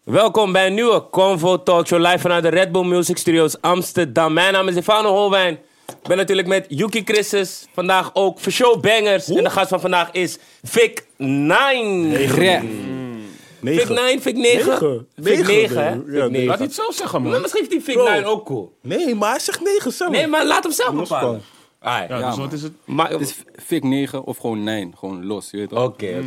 Welkom bij een nieuwe Convo Talkshow live vanuit de Red Bull Music Studios Amsterdam. Mijn naam is Stefano Holwijn. Ik ben natuurlijk met Yuki Christus. Vandaag ook voor Show Bangers. En de gast van vandaag is Vic 9. Vic 9, Vic 9. Vic 9, hè? Laat hij het zelf zeggen, man. Maar misschien vindt die Vic 9 ook cool. Nee, maar hij zegt 9 zelf. Nee, maar laat hem zelf bepalen. Ja, dus wat is het? Maar... Het is Vic 9 of gewoon 9. Gewoon los, je weet toch? Oké.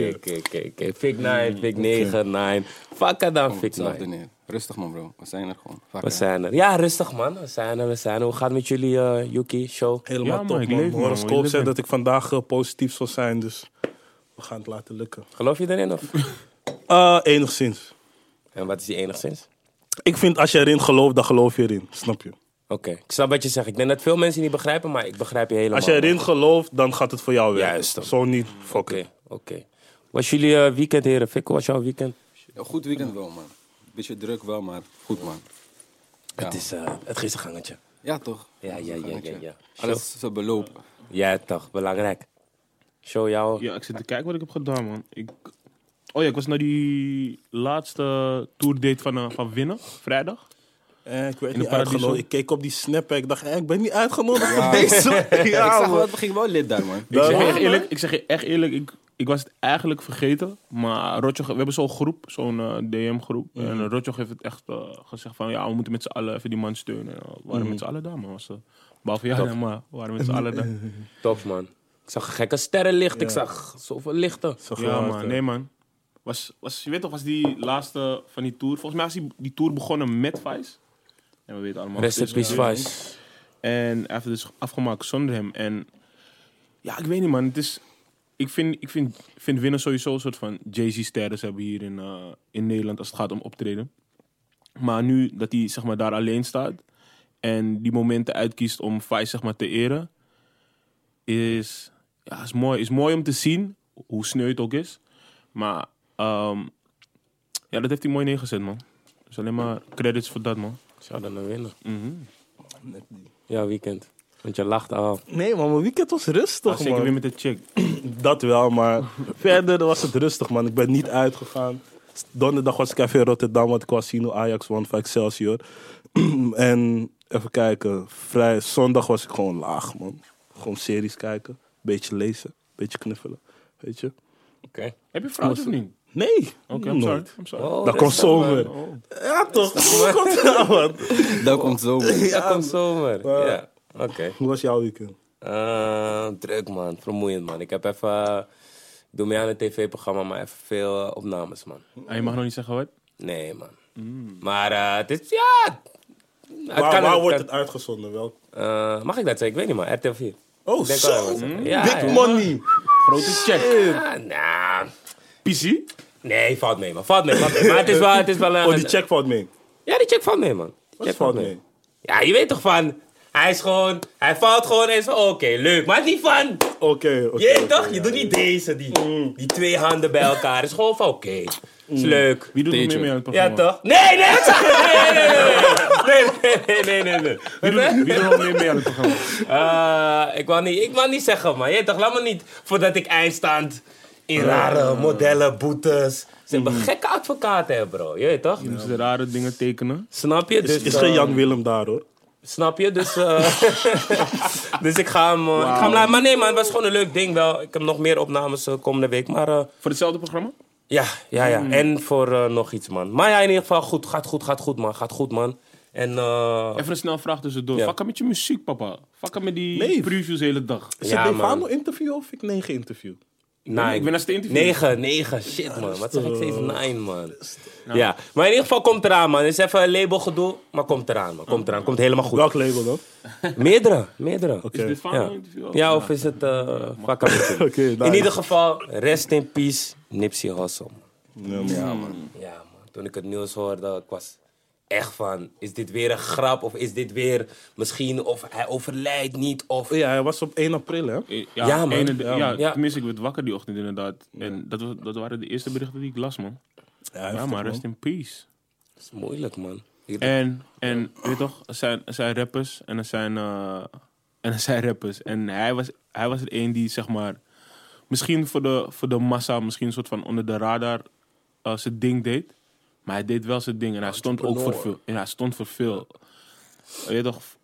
Vic 9, Vic 9, 9. Fuck dan, Vic Hetzelfde 9. neer. Rustig man, bro. We zijn er gewoon. Fuck We zijn er. Ja, rustig man. We zijn er. Hoe gaat het met jullie, Yuki, show? Helemaal Ja, man, top, ik man. leef, De man. horoscoop Ik zegt leef. dat ik vandaag positief zal zijn, dus we gaan het laten lukken. Geloof je erin? Of? Enigszins. En wat is die enigszins? Ik vind als je erin gelooft, dan geloof je erin. Snap je? Oké, ik snap wat je zegt. Ik denk dat veel mensen niet begrijpen, maar ik begrijp je helemaal. Als je erin gelooft, dan gaat het voor jou werken. Juist dan. Zo niet, fuck it. Oké. Was jullie weekend, heren? Fick, hoe was jouw weekend? Ja, goed weekend wel, man. Beetje druk wel, maar goed, man. Ja. Het is een gangetje. Ja, toch? Ja. Alles zo belopen. Ja, toch. Belangrijk. Show jou. Ja, ik zit te kijken wat ik heb gedaan, man. Ik was naar die laatste tourdate van Winnen, vrijdag. Ik werd In de niet Paradiso? uitgenodigd. Ik keek op die snap en ik dacht, ik ben niet uitgenodigd voor deze. Ik Ja, zag wel, man. het ging wel lid daar, man. Ik zeg je echt eerlijk, ik was het eigenlijk vergeten. Maar Rotjoch, we hebben zo'n groep, zo'n DM-groep. En Rotjoch heeft het echt gezegd van, ja, we moeten met z'n allen even die man steunen. We waren met z'n allen daar, man. Behalve jij, maar we waren met z'n allen daar. Tof, man. Ik zag een gekke sterrenlicht. Ik zag zoveel lichten. Ja, man. Nee, man. Je weet toch, was die laatste van die tour. Volgens mij was die tour begonnen met Vice. En we weten allemaal. Rest in peace, Vice. En hij heeft het dus afgemaakt zonder hem. En ja, ik weet niet, man. Het is, ik vind Winnen sowieso een soort van Jay-Z-sterren hebben hier in Nederland als het gaat om optreden. Maar nu dat hij zeg maar, daar alleen staat en die momenten uitkiest om Vice zeg maar, te eren, is mooi. Is mooi om te zien, hoe sneu het ook is. Maar dat heeft hij mooi neergezet, man. Dus alleen maar credits voor dat, man. Zou dan nou winnen? Ja, weekend. Want je lacht al. Nee, man, mijn weekend was rustig, Zeker man. weer met de chick. Dat wel, maar verder was het rustig, man. Ik ben niet uitgegaan. Donderdag was ik even in Rotterdam, want ik was zien hoe Ajax won van Excelsior. En even kijken, zondag was ik gewoon laag, man. Gewoon series kijken, beetje lezen, beetje knuffelen, weet je. Oké. Heb je vrouw of niet? Nee, Oké, I'm sorry. Oh, Dat komt zomer. Ja, toch? Dat komt ja, man. Dat komt zo, man. Dat komt zomer. Ja, oké. Hoe was jouw weekend? Druk, man. Vermoeiend, man. Ik heb even... Ik doe mee aan een tv-programma, maar even veel opnames, man. En je mag nog niet zeggen wat? Nee, man. Maar het is... Ja... Waar wordt het uitgezonden? Wel? Mag ik dat zeggen? Ik weet niet, man. RTL 4. Oh, Ik denk zo. wel dat zeggen. Ja, Big ja. money. Grote check. Nou... PC? Nee, valt mee, man. Valt mee. Maar het is wel een... Oh, die check valt mee. Ja, die check valt mee, man. Wat Check valt mee? Ja, je weet toch van... Hij valt gewoon en zo, oké, leuk. Maar het is niet van... Oké. Je weet toch? Je doet niet deze, die twee handen bij elkaar. Het is gewoon van, oké, is leuk. Wie doet er Teetje. meer mee aan het Ja, programma? toch? Nee, wat zeg je? Nee. Wie doet er nog meer mee aan het programma? Ik wou niet zeggen, man. Je weet toch, laat me niet voordat ik eindstand in rare modellen, boetes. Ze hebben gekke advocaten, hè, bro. Je weet toch? Je moet de rare dingen tekenen. Snap je? Dus, Is geen Jan Willem daar, hoor. Snap je? Dus, dus ik ga hem laten. Maar nee, man, het was gewoon een leuk ding wel. Ik heb nog meer opnames komende week. Maar Voor hetzelfde programma? ja. En voor nog iets, man. Maar ja, in ieder geval goed. Gaat goed, man. Gaat goed, man. En Even een snel vraag tussendoor. Ja. Fucken met je muziek, papa. Fucken met die Nee. previews de hele dag. Is Ja, het man. Defano interview of ik 9 interview? nee, Ik ben als de interview. 9. Shit, man. Wat zeg ik steeds? 9, man. Ja. Maar in ieder geval komt eraan, man. Het is even een labelgedoe. Maar komt eraan, man. Komt helemaal goed. Welk label dan? Meerdere. Is dit van Ja. een interview? ook? Ja, of is het fuck up? Oké, nice. In ieder geval, rest in peace, Nipsey Hussle. Ja, man. Ja, man. Toen ik het nieuws hoorde, ik was echt van... Is dit weer een grap? Of is dit weer misschien... Of hij overlijdt niet? Of... Ja, hij was op 1 april, hè? Ja, man. Ja. Tenminste, ik werd wakker die ochtend inderdaad. En dat waren de eerste berichten die ik las, man. Ja, maar rest in peace. Dat is moeilijk, man. En weet je toch, er zijn rappers en er zijn rappers. En hij was er een die, zeg maar, misschien voor de massa, misschien een soort van onder de radar zijn ding deed. Maar hij deed wel zijn ding en hij stond ook voor veel. En hij stond voor veel. Je weet toch,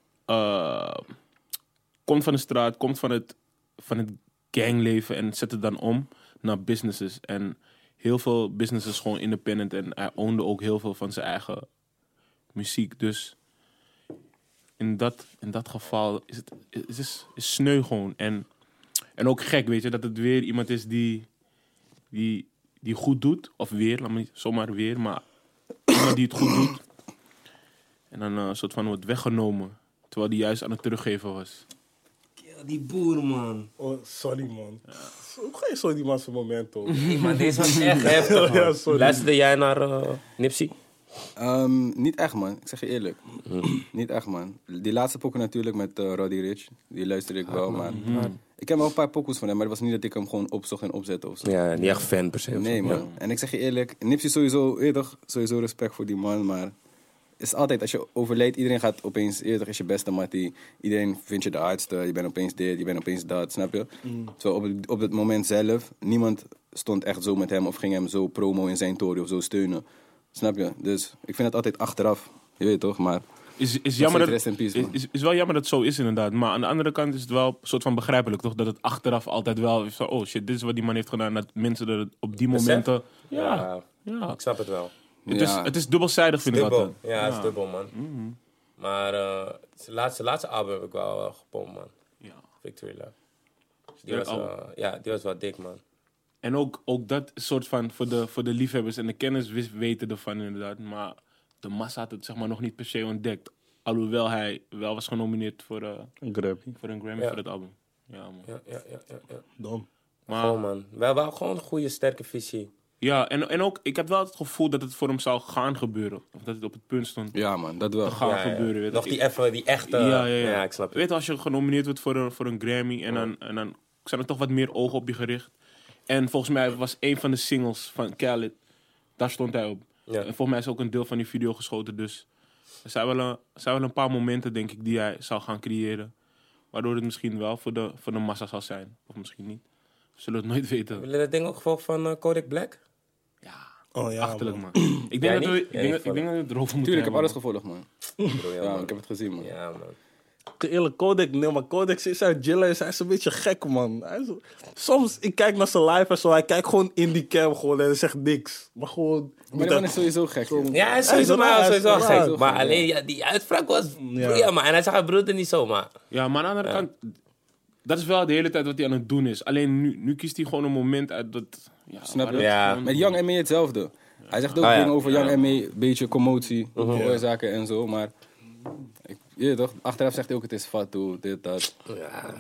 komt van de straat, komt van het gangleven en zet het dan om naar businesses. En heel veel businesses gewoon independent en hij ownde ook heel veel van zijn eigen muziek. Dus in dat geval is het is sneu gewoon. En ook gek, weet je, dat het weer iemand is die goed doet. Of weer, laat me niet zomaar weer, maar iemand die het goed doet. En dan een soort van wordt weggenomen. Terwijl die juist aan het teruggeven was. Ja, die boer, man. Oh, sorry, man. Hoe ga je zo die man zijn moment op? Nee, man, deze was echt heftig, man. Ja, sorry. Luisterde jij naar Nipsey? Niet echt, man. Ik zeg je eerlijk. Niet echt, man. Die laatste pokken natuurlijk met Roddy Ricch. Die luisterde ik wel, maar... Ik heb wel een paar pokoes van hem, maar het was niet dat ik hem gewoon opzocht en opzette of zo. Ja, niet echt fan per se. Nee, man. Ja. En ik zeg je eerlijk, Nipsey sowieso, weet je toch, sowieso respect voor die man, maar... Het is altijd, als je overlijdt, iedereen gaat opeens, eerder is je beste mattie. Iedereen vindt je de hardste, je bent opeens dit, je bent opeens dat, snap je? Terwijl op het moment zelf, niemand stond echt zo met hem of ging hem zo promo in zijn tory of zo steunen. Snap je? Dus ik vind het altijd achteraf, je weet toch, maar... Is jammer dat, rest in peace, man. is wel jammer dat het zo is inderdaad. Maar aan de andere kant is het wel een soort van begrijpelijk, toch? Dat het achteraf altijd wel is van, oh shit, dit is wat die man heeft gedaan. Dat mensen dat op die momenten... Ja. Ik snap het wel. Het is dubbelzijdig, vind ik Dubbel. altijd. Ja, het is dubbel, man. Maar zijn laatste album heb ik wel gepompt, man. Ja. Victory Love. Sterk Die was wel dik, man. En ook dat soort van voor de liefhebbers en de kennis weten ervan inderdaad. Maar de massa had het zeg maar nog niet per se ontdekt. Alhoewel hij wel was genomineerd voor Een Grammy. een Grammy Ja. voor het album. Ja, man. Ja. Dom. Maar, Gewoon, man. Wel gewoon een goede, sterke visie. ja, en ook, ik heb wel het gevoel dat het voor hem zou gaan gebeuren. Of dat het op het punt stond Ja, man, dat wel. te gaan Ja. gebeuren. Weet Nog je. die echte... Ja. Ja, ik snap het. Weet je, als je genomineerd wordt voor een Grammy en dan zijn er toch wat meer ogen op je gericht. En volgens mij was een van de singles van Khaled, daar stond hij op. Ja. En volgens mij is ook een deel van die video geschoten. Dus er zijn wel een paar momenten, denk ik, die hij zou gaan creëren. Waardoor het misschien wel voor de massa zal zijn. Of misschien niet. We zullen het nooit weten. Wil je dat ding ook gevolgd van Kodak Black? Oh ja, Achterlijk, man. man. Ik Jij denk dat niet? we Jij niet het erover moeten Tuurlijk, ik heb hebben. alles gevolgd, man. Ja, man. ik heb het gezien, man. Ja, man. Eerlijk, Kodak, nee, maar Kodak is uit Jilla, hij is een beetje gek, man. Soms, ik kijk naar zijn live en zo, hij kijkt gewoon in die cam gewoon en hij zegt niks. Maar gewoon... Maar die man is sowieso gek. joh. Ja, hij is sowieso raar. gek. Maar alleen ja, die uitspraak was... Ja, man. En hij zag haar broeder niet zomaar. Ja, maar aan de andere kant, dat is wel de hele tijd wat hij aan het doen is. Alleen nu kiest hij gewoon een moment uit dat... Ja, Snap waar je? het Ja. gewoon- Met Young M.A. hetzelfde. Hij zegt ook Oh, ja. dingen over Young M.A. Een beetje commotie veroorzaken en zo, maar... Je weet toch, achteraf zegt hij ook het is Fatou, dit, dat. Ja,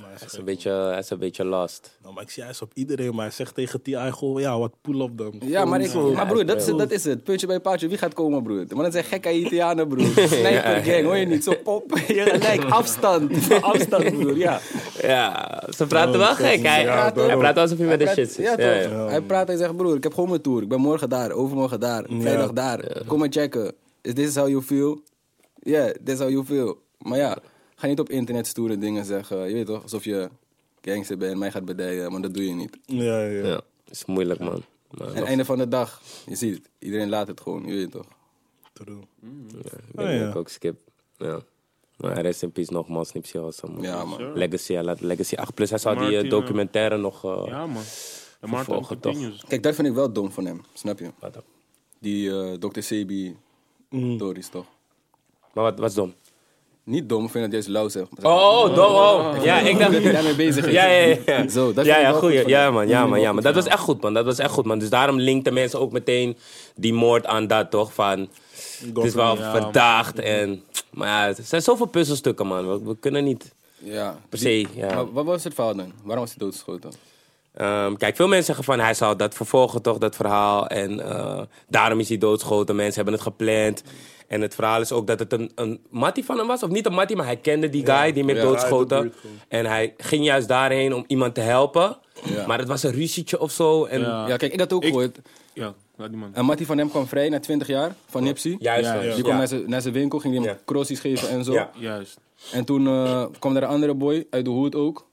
hij is een beetje lost. Nou, maar ik zie hij is op iedereen, maar hij zegt tegen T.I. gewoon, ja, wat pull up dan. Ja, maar, Zo. maar broer, dat is het. Puntje bij paaltje, wie gaat komen, broer? Maar dat zijn gekke Haitianen, broer. Sniper gang, hoor je niet? Zo pop, je gelijk, afstand, broer, ja. Ja, ze praten wel gek. Hij praat alsof hij met de shit zit. Ja, toch? Hij praat en zegt, broer, ik heb gewoon mijn tour. Ik ben morgen daar, overmorgen daar, vrijdag daar. Kom maar checken. Is this how you feel? Yeah, this is how you feel. Maar ja, ga niet op internet stoere dingen zeggen. Je weet toch, alsof je gangster bent en mij gaat bedijen, maar dat doe je niet. Ja. Ja, is moeilijk, man. Maar En het einde van de dag, je ziet het, iedereen laat het gewoon, je weet toch. True. ik denk ook skip. Ja. Maar rest in peace nogmaals, Nipsey Hussle, man. Ja, man. Legacy, hij laat Legacy 8. Plus hij zou die Martin, documentaire nog... Ja, man. De Martin vervolgen, toch? continues. Kijk, dat vind ik wel dom van hem, snap je? Wat dan? Die Dr. Sebi stories, toch? Maar wat is dom? Niet dom, ik vind het juist lauw, zeg. Oh, dom, oh. Ja, ik dacht... Dat hij daarmee bezig is. Ja. Zo, dat Ja, vind ik ja, wel goeie. goed van Ja, hem. man. Dat Ja, vind man. ik Ja, wel man. goed Dat was van echt goed, man. Dat was echt goed, man. Dus daarom linkten mensen ook meteen die moord aan dat, toch? Van, het is wel Ja, verdaagd en... Maar ja, er zijn zoveel puzzelstukken, man. We kunnen niet hem. Ja. per se... Ja. Maar wat was het verhaal dan? Waarom was hij doodgeschoten? Kijk, veel mensen zeggen van hij zou dat vervolgen, toch, dat verhaal. En daarom is hij doodgeschoten. Mensen hebben het gepland. En het verhaal is ook dat het een mattie van hem was. Of niet een mattie, maar hij kende die guy die hem heeft doodgeschoten. En hij ging juist daarheen om iemand te helpen. Ja. Maar het was een ruzietje of zo. En Ja, kijk, ik had ook gehoord. Ja, laat die man. En Mattie van hem kwam vrij na 20 jaar van Nipsey. Juist. Ja, man. ja. Die kwam naar zijn winkel, ging hij hem Ja. crossies geven en zo. Ja. Juist. En toen kwam er een andere boy uit de hoed ook.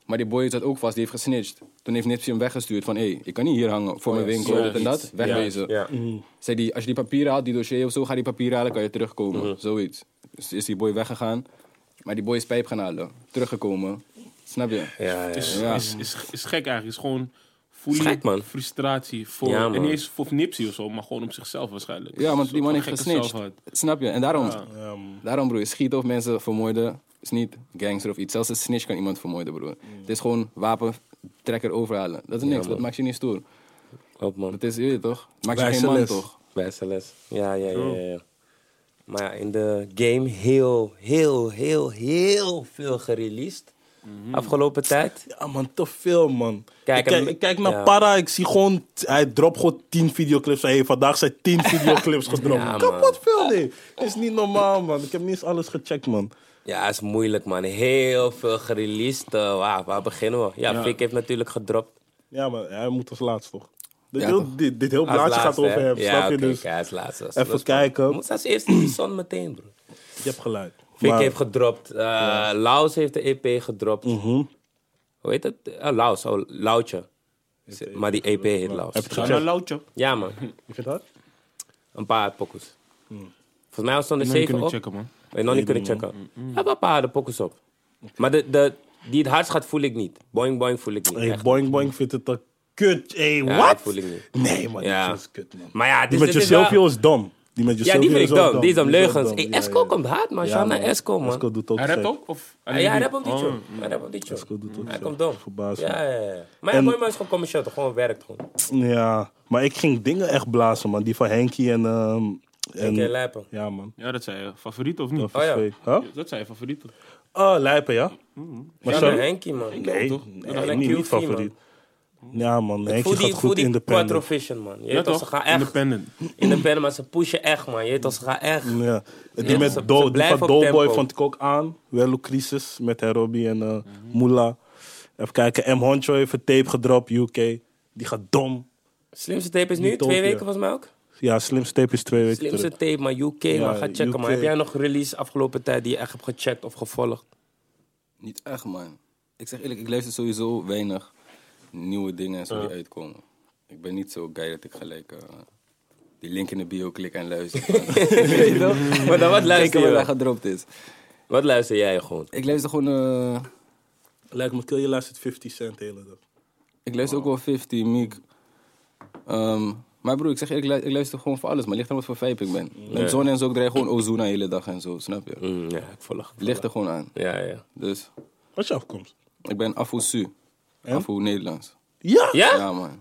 Maar die boy zat ook vast, die heeft gesnitcht. Toen heeft Nipsey hem weggestuurd van... ik kan niet hier hangen voor mijn winkel, dit en dat. Wegwezen. Ja. Zei die, als je die papieren haalt, die dossier of zo... ga die papieren halen, kan je terugkomen. Zoiets. Dus is die boy weggegaan. Maar die boy is pijp gaan halen. Teruggekomen. Snap je? Ja. Is gek eigenlijk. Is gewoon Is gek, man. frustratie voor... Ja, man. en niet eens voor Nipsey of zo, maar gewoon op zichzelf waarschijnlijk. Ja, want Een die man soort heeft van gekke gesnitcht. zelfhaat. Snap je? En daarom, Ja, man. daarom broer, schieten of mensen vermoorden... is niet gangster of iets. Zelfs een snitch kan iemand vermoorden, broer. Het is gewoon wapentrekker overhalen. Dat is niks, dat maakt je niet stoer. Klopt, man. Dat is, je weet toch? Maakt je Wijze geen man, les. toch? Beste les. Ja. Maar ja, in de game heel veel gereleased. Afgelopen tijd. Ja, man, te veel, man. Kijk, Ik kijk naar ja. Para, ik zie gewoon... Hij dropt gewoon 10 videoclips. Vandaag zijn 10 videoclips gedropt. Ja, man. Kapot veel, nee. Is niet normaal, man. Ik heb niet eens alles gecheckt, man. Ja, is moeilijk, man. Heel veel gereleased. Waar beginnen we? Ja, Vic heeft natuurlijk gedropt. Ja, maar hij moet als laatst, toch? Ja, toch? Dit heel Als blaadje laatste, gaat over hè? hem, Ja, snap je? oké, Dus hij is laatste. even Dat is kijken. Moet als eerste die zon meteen, bro. Je hebt gelijk. Vic Maar- heeft gedropt. Laus heeft de EP gedropt. Hoe heet het? Loutje. Maar die EP heet Laus. Heb je het Ga naar gecheckt? Loutje. Ja, man. Je vindt dat? Een paar pokus. Volgens mij stond er Ik 7 kunnen op. checken, man. Heb je nog niet kunnen checken? Ja, een paar de pokus op. Maar die het hardst gaat voel ik niet. Boing boing voel ik niet. Hey, echt. Boing Boing vindt het een kut. Hey, Ja, wat? dat voel ik niet. Nee, man, Ja. dit is kut, man. Maar ja, Die met het is Josilvio wel- is dom. Die met Ja, Josilvio die vind ik ook dom. Die is om ook leugens. dom. Hey, Ja, Esco ja. komt hard, man. Ja, Shout naar man. Esco, man. Esco doet ook Hij rapt gek. ook? Of Ja, hij rapt op die show. Oh, Hij rapt op die show. Esco doet ook Hij gek. komt dom. Verbaasd me. Ja. Maar ja, En- Boy Man is gewoon commercieel, toch? Gewoon werkt gewoon. Ja, maar ik ging dingen echt blazen, man. Die van Henkie en... Een keer lijpen. Ja, man. Ja, dat zei je favoriet of niet? Dat Oh, ja. is huh? Dat zei je favoriet. Oh, Lijpen, ja. Maar Ja, sorry? maar Henkie, man. Nee, toch? Ja, niet QV, favoriet. Ja, man. Henkie Voel gaat die goed Quattro independent. Vision, man. Je Ja, weet toch, ze toch? gaan echt Independent. independent, maar ze pushen echt, man. Je weet toch, ze gaan echt. Ja. Die Ja, met ze die blijven van op Doughboy tempo. vond ik ook aan. Wello Crisis met Herobi en Moula. Even kijken. M. Honcho heeft een tape gedropt, UK. Die gaat dom. Slimste tape is nu, Utopia. 2 weken volgens mij ook. Ja, Slimste tape is 2 weken Slimste terug. tape, maar UK, man. Ga checken, UK. man. Heb jij nog release afgelopen tijd die je echt hebt gecheckt of gevolgd? Niet echt, man. Ik zeg eerlijk, ik luister sowieso weinig nieuwe dingen en zo die uitkomen. Ik ben niet zo guy dat ik gelijk die link in de bio klik en luister. Weet je toch? Maar dan wat luister Kijken wat daar je? gedropt is. Wat luister jij gewoon? Ik luister gewoon... Lijkt me kill je luistert 50 cent de hele dag. ik luister ook wel 50, Meek. Maar broer, ik zeg eerlijk, ik luister gewoon voor alles. Maar ligt er wat voor vibe ik ben. Met zon en zo, ik draai gewoon Ozuna de hele dag en zo, snap je? Ja, ik volg. Ligt er gewoon aan. Ja. Dus Wat is je afkomst? ik ben Afu Su. Afu Nederlands. Ja? Ja? Ja, man.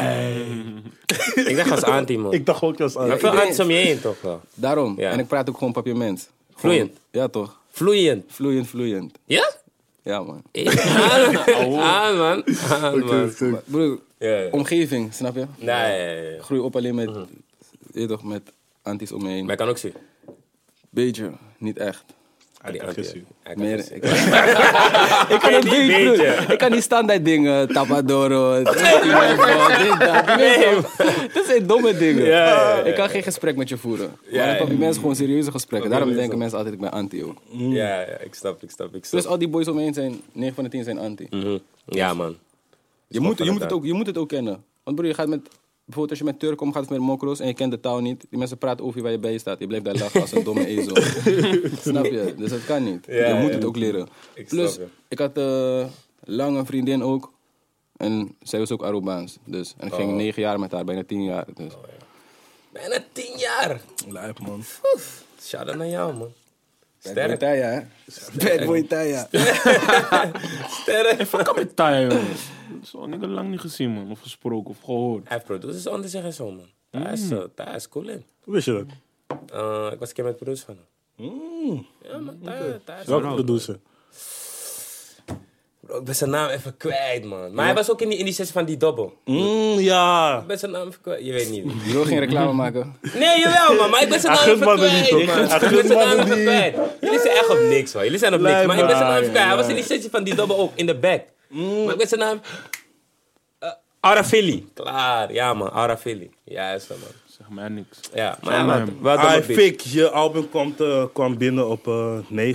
Ik dacht als anti, man. Ik dacht ook als aan. Maar veel antis om je heen, toch wel? Daarom. Ja. En ik praat ook gewoon papiermens. Vloeiend? Ja, toch? Vloeiend. Vloeiend. Ja? Ja, man. Aan, man. Maar, broer, Ja. omgeving, snap je? Nee. Ik groei op alleen met, weet je toch, met antis om me heen. Maar ik kan ook zien. Beetje, niet echt. Hij kan gisteren. Meer, ik kan het niet niet, beetje. broer. Ik kan die standaard dingen, tapadoro, dit, dat. Dat zijn domme dingen. Ja. Ik kan geen gesprek met je voeren. Ja, Maar ja. dan heb je mensen gewoon serieuze gesprekken. Daarom denken mensen altijd, ik ben anti ook. Ja, ik snap. Dus al die boys om me heen zijn, 9 van de 10 zijn anti. Ja, man. Je moet het ook kennen. Want broer, je gaat met... Bijvoorbeeld als je met Turk omgaat of met mokro's en je kent de taal niet. Die mensen praten over je waar je bij staat. Je blijft daar lachen als een domme ezel. Snap je? Dus dat kan niet. Ja, je moet ja. het ook leren. Ik Plus, snap je. ik had lang een vriendin ook. En zij was ook Arubaans. Dus. En ik ging 9 jaar met haar, bijna 10 jaar. Dus. Bijna 10 jaar. Lijp, man. Shout-out naar jou, man. Bad boy Sterk. Taya, hè? Bad boy Taya. Sterk. Fuck up met Taya, jongen. Dat is al niet lang niet gezien, man. Of gesproken of gehoord. Hij heeft producers onder zich en zo, man. Daar is cool in. Hoe wist je dat? Ik was een keer met producer van hem. Ja, man. Daar is Welke producer? Bro, ik ben zijn naam even kwijt, man. Maar hij was ook in die sessie van die dobbel. Ja. Ik ben zijn naam even kwijt. Je weet niet wie. Je wil geen reclame maken. Nee, jawel, man. Maar ik ben zijn Hij naam gunt even me er niet, kwijt, toch? man. Hij Ik ben gunt zijn me naam er even niet. kwijt. Jullie zijn echt op niks, hoor. Jullie zijn op niks. Maar ik ben zijn naam even kwijt. Hij was in die ja. sessie van die dobbel ook, in de back. Maar ik ben zijn naam... Arafili. Klaar. Ja, man. Arafili. Juist, man. Zeg maar niks. Ja, maar ja, wat Fik, je album kwam binnen op 9.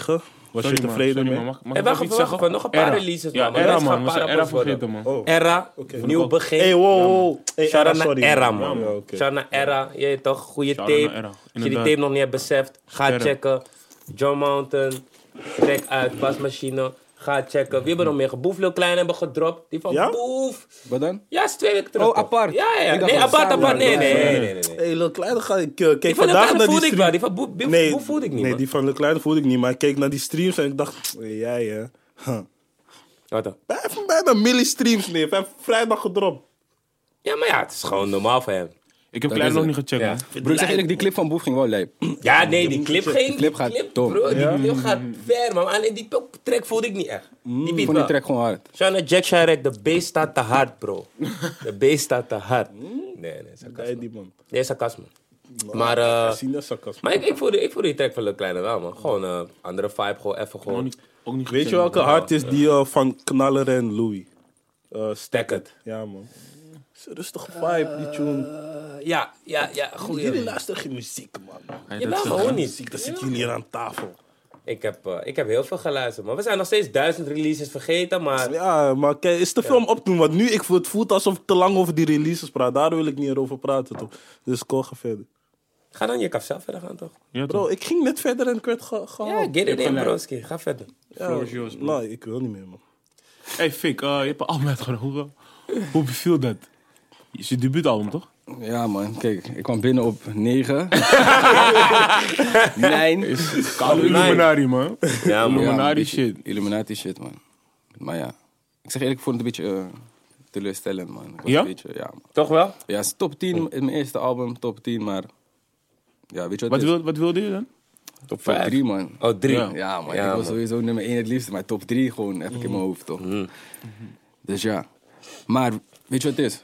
Was Sorry, je man. tevreden Sorry, mee? man. Mag En ik wacht iets even, zeggen? nog een paar Era. releases, Ja, man. Maar Era, mensen gaan man. We zijn parabols Era worden. vergeten, man. Oh. Era, Oké. nieuw begin. Hey, wow. Hey, Shout out sorry, naar Era, man. man. Ja, oké. Shout out naar Era. Je weet toch, goede Shout out tape. naar Era, Als je die inderdaad. tape nog niet hebt beseft, ga Sterren. checken. John Mountain, trek uit, wasmachine. Ga checken. Wie hebben nog meer? Boef Lil Klein hebben gedropt. Die van Ja? Boef. Wat dan? Ja, is 2 weken terug. Oh, toch? apart. Ja, ja. Ik dacht Nee, wel apart, samen. apart. Nee, Ja, nee, ja, ja. nee, nee. Hey, Lil Kleine ga ik... Kijk Die van Lil vandaag Kleine naar die voelde ik stream. wel. Die van Boef voelde ik niet, Nee, man. die van Lil Kleine voelde ik niet. Maar ik keek naar die streams en ik dacht... Jij, hè. Wat dan? Hij heeft bijna milli-streams neer. Hij heeft vrijdag gedropt. Ja, maar ja, het is gewoon normaal voor hem. Ik heb Dat Klein is nog niet het. gecheckt, Ja. man. Bro, ik zeg eerlijk, die clip van Boef ging wel lijp. Ja, nee, die clip ging... Die clip gaat dom. Bro, die clip gaat ver, man. Alleen die track voelde ik niet echt. Die Ik beat vond wel. die track gewoon hard. Shout naar Jack Shirek, de bass staat te hard, bro. De bass staat te hard. Nee, sarcasme. Bij die man. Nee, sarcasme. Maar, Hij ziet net sarcasme. maar ik voelde die track van Lil Kleine wel, man. Gewoon andere vibe, gewoon even Ook gewoon... niet, ook niet Weet je gecheckt, welke man. hard is die van Knaller en Louis? Stack it. Ja, man. Is een rustige vibe, die tune. Ja, Jullie goeie. luisteren geen muziek, man. Ja, Jawel, dat is maar het, hoe hè. niet? Dan zitten jullie hier aan tafel. Ik heb heel veel geluisterd, maar we zijn nog steeds 1000 releases vergeten, maar... Ja, maar kijk, is te veel om op te doen. Want nu, het voelt alsof ik te lang over die releases praat. Daar wil ik niet over praten, toch? Dus kom, ga verder. Ga dan je kan zelf verder gaan, toch? Ja, Bro, toch? ik ging net verder en ik werd Ja, gehaald. get it in, gelijk. broski. Ga verder. Floor is yours, bro. Nou, ik wil niet meer, man. Hey, Fik, je hebt een album uitgebracht. Hoe beviel dat? Is je debuutalbum, toch? Ja, man. Kijk, ik kwam binnen op 9. 9. Koude Illuminati, man. Ja, man. Illuminati shit. Illuminati shit, man. Maar ja. Ik zeg eerlijk, ik vond het een beetje teleurstellend, man. Ik was Ja? Een beetje, ja, man. Toch wel? Ja, het is top 10. In mijn eerste album, top 10, maar... Ja, weet je wat, Wat wilde je dan? Top Top 5. 3, man. Oh, 3. Ja. Ja, man. Ja, ik wil man. sowieso nummer 1 het liefst, maar top 3 gewoon heb ik in mijn hoofd, toch? Dus ja. Maar, weet je wat het is?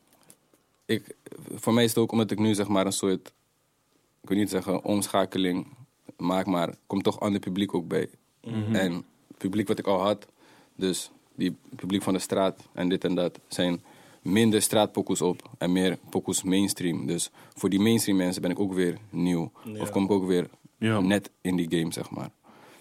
Voor mij is het ook omdat ik nu zeg maar een soort... Ik wil niet zeggen omschakeling maak, maar er komt toch ander publiek ook bij. En het publiek wat ik al had, dus die publiek van de straat en dit en dat, zijn minder straatpokoes op en meer pokoes mainstream. Dus voor die mainstream mensen ben ik ook weer nieuw. Of kom ik ook weer Ja. net in die game, zeg maar.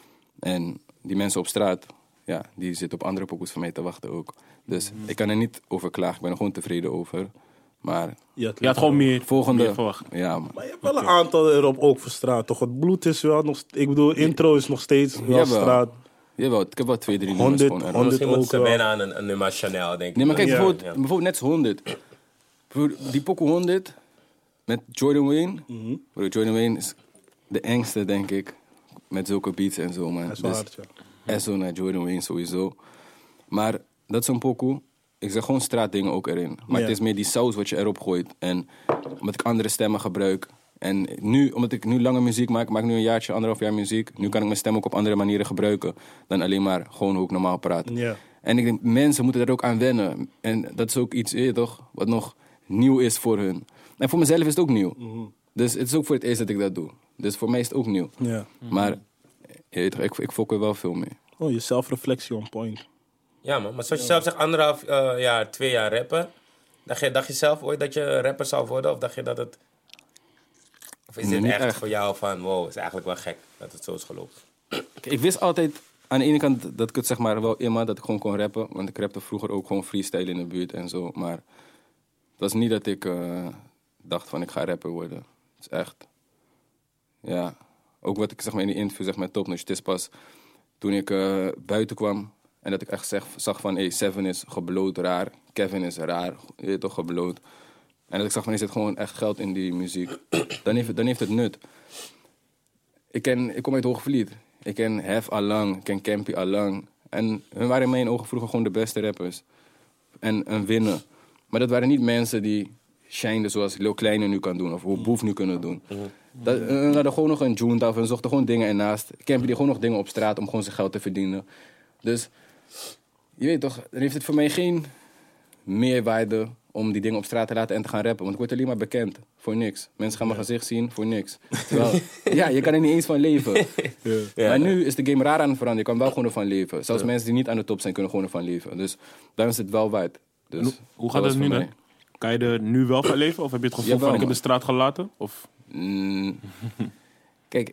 En die mensen op straat, ja, die zitten op andere pokoes van mij te wachten ook. Dus ik kan er niet over klagen, ik ben er gewoon tevreden over. Maar Ja, Je had gewoon meer, volgende... meer verwacht. Ja, man. Maar je hebt wel een aantal erop ook voor straat, toch? Het bloed is wel nog... Ik bedoel, intro is nog steeds wel Jawel. straat. Jawel, ik heb wel 2, 3 nummers 100, gewoon erop. 100 Misschien moeten ze ook wel. bijna aan een nummer Chanel, denk ik. Nee, maar kijk, Ja. bijvoorbeeld net als 100. Bijvoorbeeld die Poco 100 met Jordan Wayne. Bro, Jordan Wayne is de engste, denk ik. Met zulke beats en zo, man. Dat is wel hard, ja. SO naar Jordan Wayne sowieso. Maar dat is een pokoe. Ik zeg gewoon straatdingen ook erin. Maar Ja. het is meer die saus wat je erop gooit. En omdat ik andere stemmen gebruik. En nu, omdat ik nu lange muziek maak, maak ik nu een jaartje, 1,5 jaar muziek. Nu kan ik mijn stem ook op andere manieren gebruiken. Dan alleen maar gewoon hoe ik normaal praat. Ja. En ik denk, mensen moeten daar ook aan wennen. En dat is ook iets, toch, wat nog nieuw is voor hun. En voor mezelf is het ook nieuw. Dus het is ook voor het eerst dat ik dat doe. Dus voor mij is het ook nieuw. Ja. Maar je weet toch, ik fok er wel veel mee. Oh, je zelfreflectie on point. Ja, man. Maar zoals je zelf zegt, 1,5 jaar, 2 jaar rappen. Dacht je zelf ooit dat je rapper zou worden? Of dacht je dat het... Of is Nee, dit niet echt echt. voor jou van... Wow, het is eigenlijk wel gek dat het zo is gelopen. Kijk, ik wist altijd aan de ene kant dat ik het zeg maar wel immer dat ik gewoon kon rappen. Want ik rapte vroeger ook gewoon freestyle in de buurt en zo. Maar het was niet dat ik dacht van ik ga rapper worden. Het is echt... Ja, ook wat ik zeg maar in die interview zeg met Topnotch. Het is pas toen ik buiten kwam en dat ik echt zag van... Hey, Seven is gebloot raar, Kevin is raar, je weet toch gebloot. En dat ik zag van, er zit gewoon echt geld in die muziek. Dan heeft het nut. Ik kom uit Hoogvliet. Ik ken Hef allang, ik ken Campy allang. En hun waren in mijn ogen vroeger gewoon de beste rappers. En winnen. Maar dat waren niet mensen die shineden zoals Lil Kleine nu kan doen. Of hoe Boef nu kunnen doen. Hun hadden gewoon nog een junta of en zochten gewoon dingen ernaast. Campy die gewoon nog dingen op straat om gewoon zijn geld te verdienen. Dus, je weet toch, dan heeft het voor mij geen meerwaarde om die dingen op straat te laten en te gaan rappen. Want ik word alleen maar bekend. Voor niks. Mensen gaan mijn gezicht zien, voor niks. Terwijl, ja, je kan er niet eens van leven. Ja. Maar nu is de game raar aan het veranderen. Je kan wel gewoon ervan leven. Zelfs mensen die niet aan de top zijn, kunnen gewoon ervan leven. Dus dan is het wel waard. Dus, Hoe gaat dat het was nu voor dan? Kan je er nu wel van leven? Of heb je het gevoel Jawel, van ik heb de man. straat gelaten? Of... Kijk,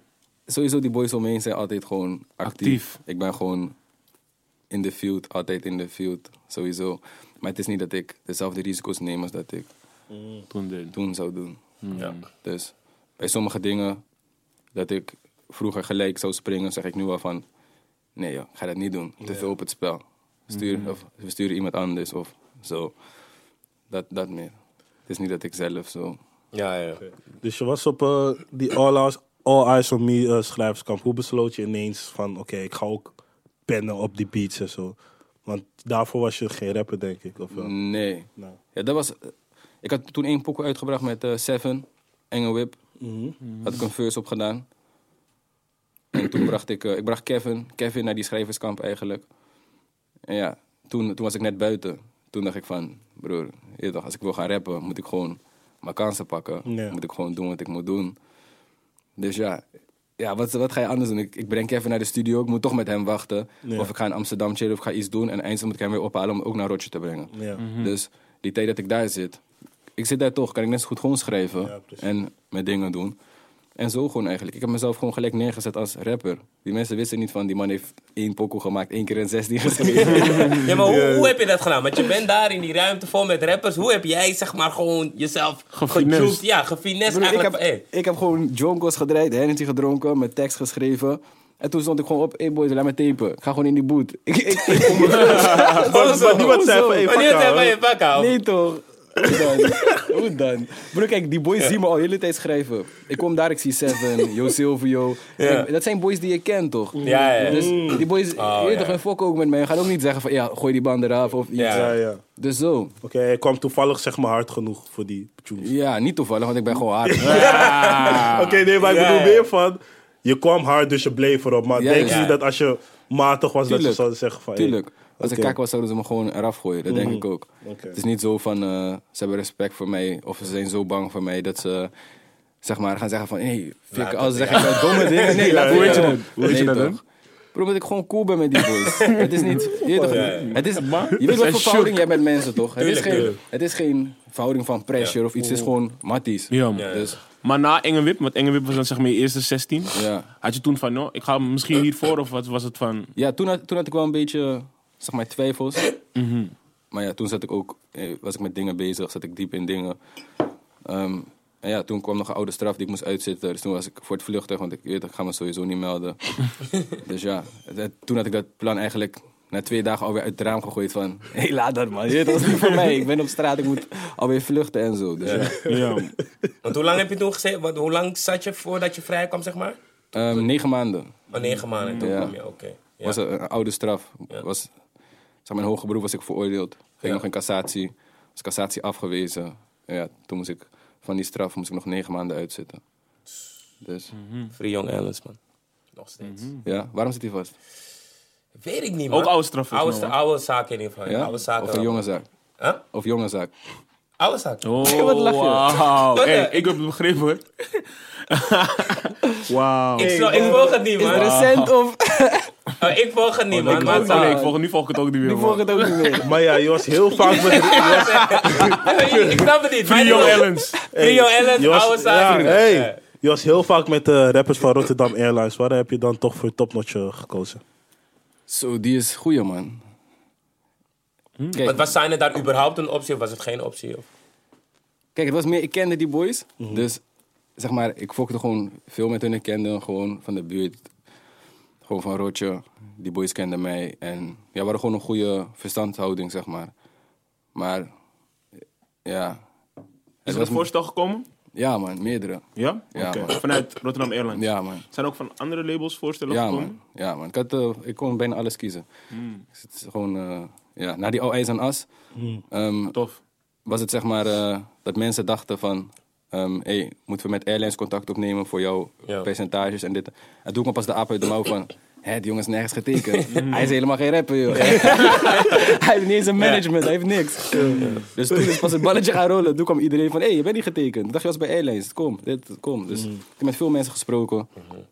sowieso die boys om me heen zijn altijd gewoon actief. Actief. Ik ben gewoon in de field, altijd in de field, sowieso. Maar het is niet dat ik dezelfde risico's neem als dat ik toen zou doen. Ja. Dus bij sommige dingen dat ik vroeger gelijk zou springen, zeg ik nu wel van... Nee joh, ik ga dat niet doen. Te veel op het spel. We sturen iemand anders of zo. Dat meer. Het is niet dat ik zelf zo... Ja. Dus je was op die All Eyes on Me schrijverskamp. Hoe besloot je ineens van, oké, ik ga ook pennen op die beats en zo? Want daarvoor was je geen rapper, denk ik. Of wel? Nee. Nee. Ja, dat was... Ik had toen 1 pokoe uitgebracht met Seven, Enge Whip. Had ik een verse op gedaan. En toen bracht ik bracht Kevin naar die schrijverskamp eigenlijk. En ja, toen was ik net buiten. Toen dacht ik van, broer, als ik wil gaan rappen, moet ik gewoon mijn kansen pakken. Ja. Moet ik gewoon doen wat ik moet doen. Dus ja, wat ga je anders doen? Ik breng Kevin naar de studio, ik moet toch met hem wachten. Ja. Of ik ga in Amsterdam chillen of ik ga iets doen. En eindelijk moet ik hem weer ophalen om ook naar Rotterdam te brengen. Ja. Dus die tijd dat ik daar zit, ik zit daar toch, kan ik net zo goed gewoon schrijven. Ja, precies. En mijn dingen doen. En zo gewoon eigenlijk. Ik heb mezelf gewoon gelijk neergezet als rapper. Die mensen wisten niet van, die man heeft 1 pokoe gemaakt, 1 keer in 16 geschreven. Ja, maar hoe heb je dat gedaan? Want je bent daar in die ruimte vol met rappers. Hoe heb jij, zeg maar, gewoon jezelf gejuiced? Ja, gefinest eigenlijk. Ik heb gewoon jonkos gedraaid, Hennessy gedronken, mijn tekst geschreven. En toen stond ik gewoon op, boys, laat me tapen. Ik ga gewoon in die boot. Maar niemand zei van, hey, fuck out. Nee toch? Hoe dan? Broer, kijk, die boys zien me al de hele tijd schrijven. Ik kom daar, ik zie Seven, Yo Silvio. Kijk, dat zijn boys die je kent, toch? Ja. Dus die boys, je weet toch, hun fokken ook met mij. Je gaat ook niet zeggen van, ja, gooi die band eraf of iets. Ja. Dus zo. Oké, hij kwam toevallig zeg maar hard genoeg voor die tunes. Ja, niet toevallig, want ik ben gewoon hard. Oké, nee, maar ik bedoel meer van... Je kwam hard, dus je bleef erop. Maar denk je niet dat als je matig was, dat je zouden zeggen van... Tuurlijk. Als ik kak was, zouden ze me gewoon eraf gooien. Dat denk ik ook. Oké. Het is niet zo van, ze hebben respect voor mij. Of ze zijn zo bang voor mij dat ze, zeg maar, gaan zeggen van... Hey, als ze zeggen domme dingen. Nee, laat Hoe weet je dat? dat? Hoe weet je dat dan? Bro, omdat ik gewoon cool ben met die boys. Het is niet... Je weet wat voor verhouding je hebt met mensen, toch? Het is geen verhouding van pressure of iets. Het is gewoon matties. Ja. Dus, Maar na Enge Whip, want Enge Whip was dan zeg maar je eerste 16. ja. Had je toen van, no, ik ga misschien hiervoor of wat was het van... Ja, toen had ik wel een beetje, zeg maar, twijfels. Maar ja, toen was ik met dingen bezig, zat ik diep in dingen. En ja, toen kwam nog een oude straf die ik moest uitzitten. Dus toen was ik voor het vluchten, want ik ga me sowieso niet melden. Dus ja, toen had ik dat plan eigenlijk na 2 dagen alweer uit het raam gegooid van... Hé, laat dat man, dat is niet voor mij. Ik ben op straat, ik moet alweer vluchten en zo. Dus Ja. Want hoe lang heb je toen gezeten? Hoe lang zat je voordat je vrij kwam, zeg maar? 9 maanden. 9 maanden, toen kwam je, oké. Ja. Was een oude straf. Was, zeg maar, in hoger beroep was ik veroordeeld. Ging nog in cassatie. Was cassatie afgewezen. En ja, toen moest ik van die straf nog 9 maanden uitzitten. Dus. Free Young Ellens, man. Nog steeds. Ja, waarom zit hij vast? Weet ik niet, man. Ook oude straf. Oude zaak in ieder geval. Ja? Oude zaak. Of een jonge zaak? Huh? Of jonge zaak? Oude zaak. Oh, Wat lach je? wauw. Hey, ik heb het begrepen hoor. Wauw. Ik volg het niet, Is man. het recent of... Ik volg het niet, man. Maar het Oh, nee, zou- nu volg ik het ook niet meer. Ik volg man. het ook niet meer. Maar ja, je was heel vaak met... Ik snap het niet. Free Young Ellens. Free Young Ellens, Je was, oude zaak. ja, hey, je was heel vaak met de rappers van Rotterdam Airlines. Waar heb je dan toch voor Topnotch gekozen? Zo, die is goeie, man. Kijk, Zijn er daar überhaupt een optie of was het geen optie? Of? Kijk, het was meer, ik kende die boys. Dus, zeg maar, ik fokte gewoon veel met hun. Ik kende hen gewoon van de buurt. Gewoon van Rotje. Die boys kenden mij. En ja, we hadden gewoon een goede verstandhouding, zeg maar. Maar, ja. Is er een voorstel gekomen? Ja, man, meerdere. Ja? Ja, Oké. man. Vanuit Rotterdam Airlines. Ja, man. Zijn er ook van andere labels voorstellen Ja, gekomen? man. Ja, man. Ik kon bijna alles kiezen. Het is gewoon, ja, na die All Eyes on Us... Tof. was het zeg maar dat mensen dachten van... hey, moeten we met airlines contact opnemen voor jouw percentages en dit. En toen kwam pas de aap uit de mouw van... Hé, die jongen is nergens getekend. Hij is helemaal geen rapper, joh. Hij heeft niet eens een management, hij heeft niks. Dus toen is pas het balletje gaan rollen. Toen kwam iedereen van... Hé, je bent niet getekend. Ik dacht, je was bij airlines. Kom. Dus ik heb met veel mensen gesproken.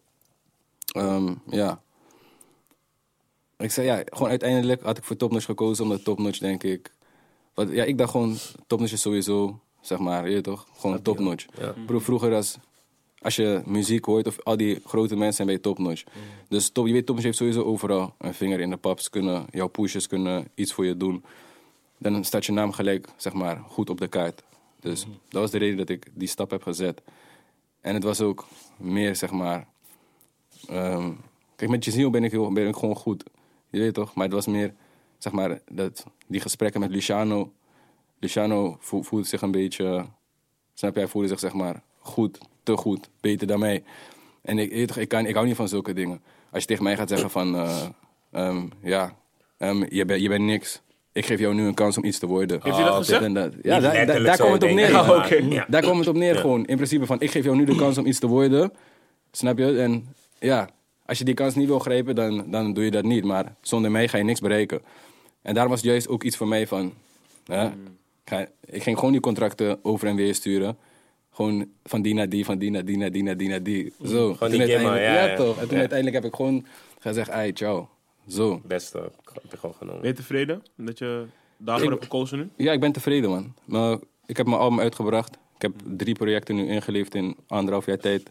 Ja. Ik zei, ja, gewoon uiteindelijk had ik voor Topnotch gekozen. Omdat Topnotch, denk ik... ik dacht gewoon, Topnotch is sowieso, zeg maar, je weet toch? Gewoon Topnotch. Bro, vroeger als je muziek hoort of al die grote mensen zijn bij Topnotch. Dus je weet, Topnotch heeft sowieso overal een vinger in de pap. Ze kunnen jouw pushers kunnen iets voor je doen. Dan staat je naam gelijk, zeg maar, goed op de kaart. Dus dat was de reden dat ik die stap heb gezet. En het was ook meer, zeg maar... kijk, met Jazeel ben ik gewoon goed. Je weet toch? Maar het was meer, zeg maar, die gesprekken met Luciano. Luciano voelde zich een beetje... Snap je? Hij voelde zich, zeg maar, goed, te goed, beter dan mij. En ik hou niet van zulke dingen. Als je tegen mij gaat zeggen van... je bent niks. Ik geef jou nu een kans om iets te worden. Heeft hij dat gezegd? Ja, daar komt het op neer. Daar komt het op neer gewoon. In principe van, ik geef jou nu de kans om iets te worden. Snap je? En ja, als je die kans niet wil grijpen, dan doe je dat niet. Maar zonder mij ga je niks bereiken. En daarom was het juist ook iets voor mij van... ik ging gewoon die contracten over en weer sturen. Gewoon van die naar die, van die naar die, naar die, naar die, naar die. Zo. Gewoon die gimma, ja. Toch. En toen uiteindelijk heb ik gewoon gezegd, ciao. Zo. Beste heb je gewoon genomen. Ben je tevreden dat je daarvoor hebt gekozen nu? Ja, ik ben tevreden, man. Maar ik heb mijn album uitgebracht. Ik heb 3 projecten nu ingeleverd in 1,5 jaar tijd.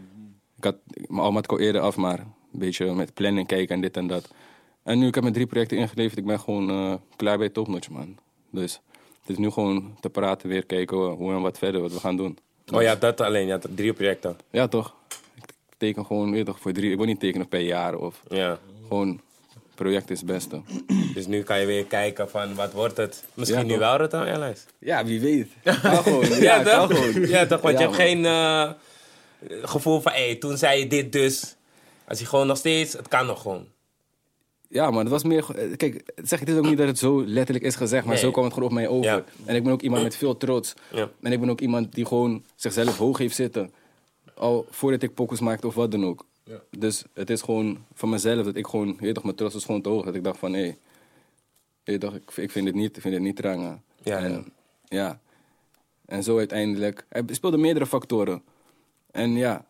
Mijn album had ik al eerder af, maar een beetje met planning kijken en dit en dat. En nu ik heb mijn 3 projecten ingeleverd, ik ben gewoon klaar bij Topnotch, man. Dus het is nu gewoon te praten, weer kijken hoe en wat we gaan doen. Oh ja, dat alleen. Ja, 3 projecten. Ja, toch. Ik teken gewoon, weet je toch, voor 3. Ik wil niet tekenen per jaar of... Ja. Gewoon, project is het beste. Dus nu kan je weer kijken van, wat wordt het? Misschien Ja, nu toch? wel Rotterdam Airlines. Ja, wie weet. Kan gewoon. Ja, Kan toch? gewoon. Ja, toch? Want Ja, je hebt geen gevoel van, toen zei je dit dus. Als je gewoon nog steeds, het kan nog gewoon. Ja, maar het was meer... Kijk, zeg, het is ook niet dat het zo letterlijk is gezegd, maar Nee. zo kwam het gewoon op mij over. Ja. En ik ben ook iemand met veel trots. Ja. En ik ben ook iemand die gewoon zichzelf hoog heeft zitten. Al voordat ik pokus maakte of wat dan ook. Ja. Dus het is gewoon van mezelf dat ik gewoon... Je weet toch, mijn trots was gewoon te hoog. Dat ik dacht van, je weet toch, ik vind het niet rangen. Ja, En, ja. En zo uiteindelijk... Er speelden meerdere factoren. En ja...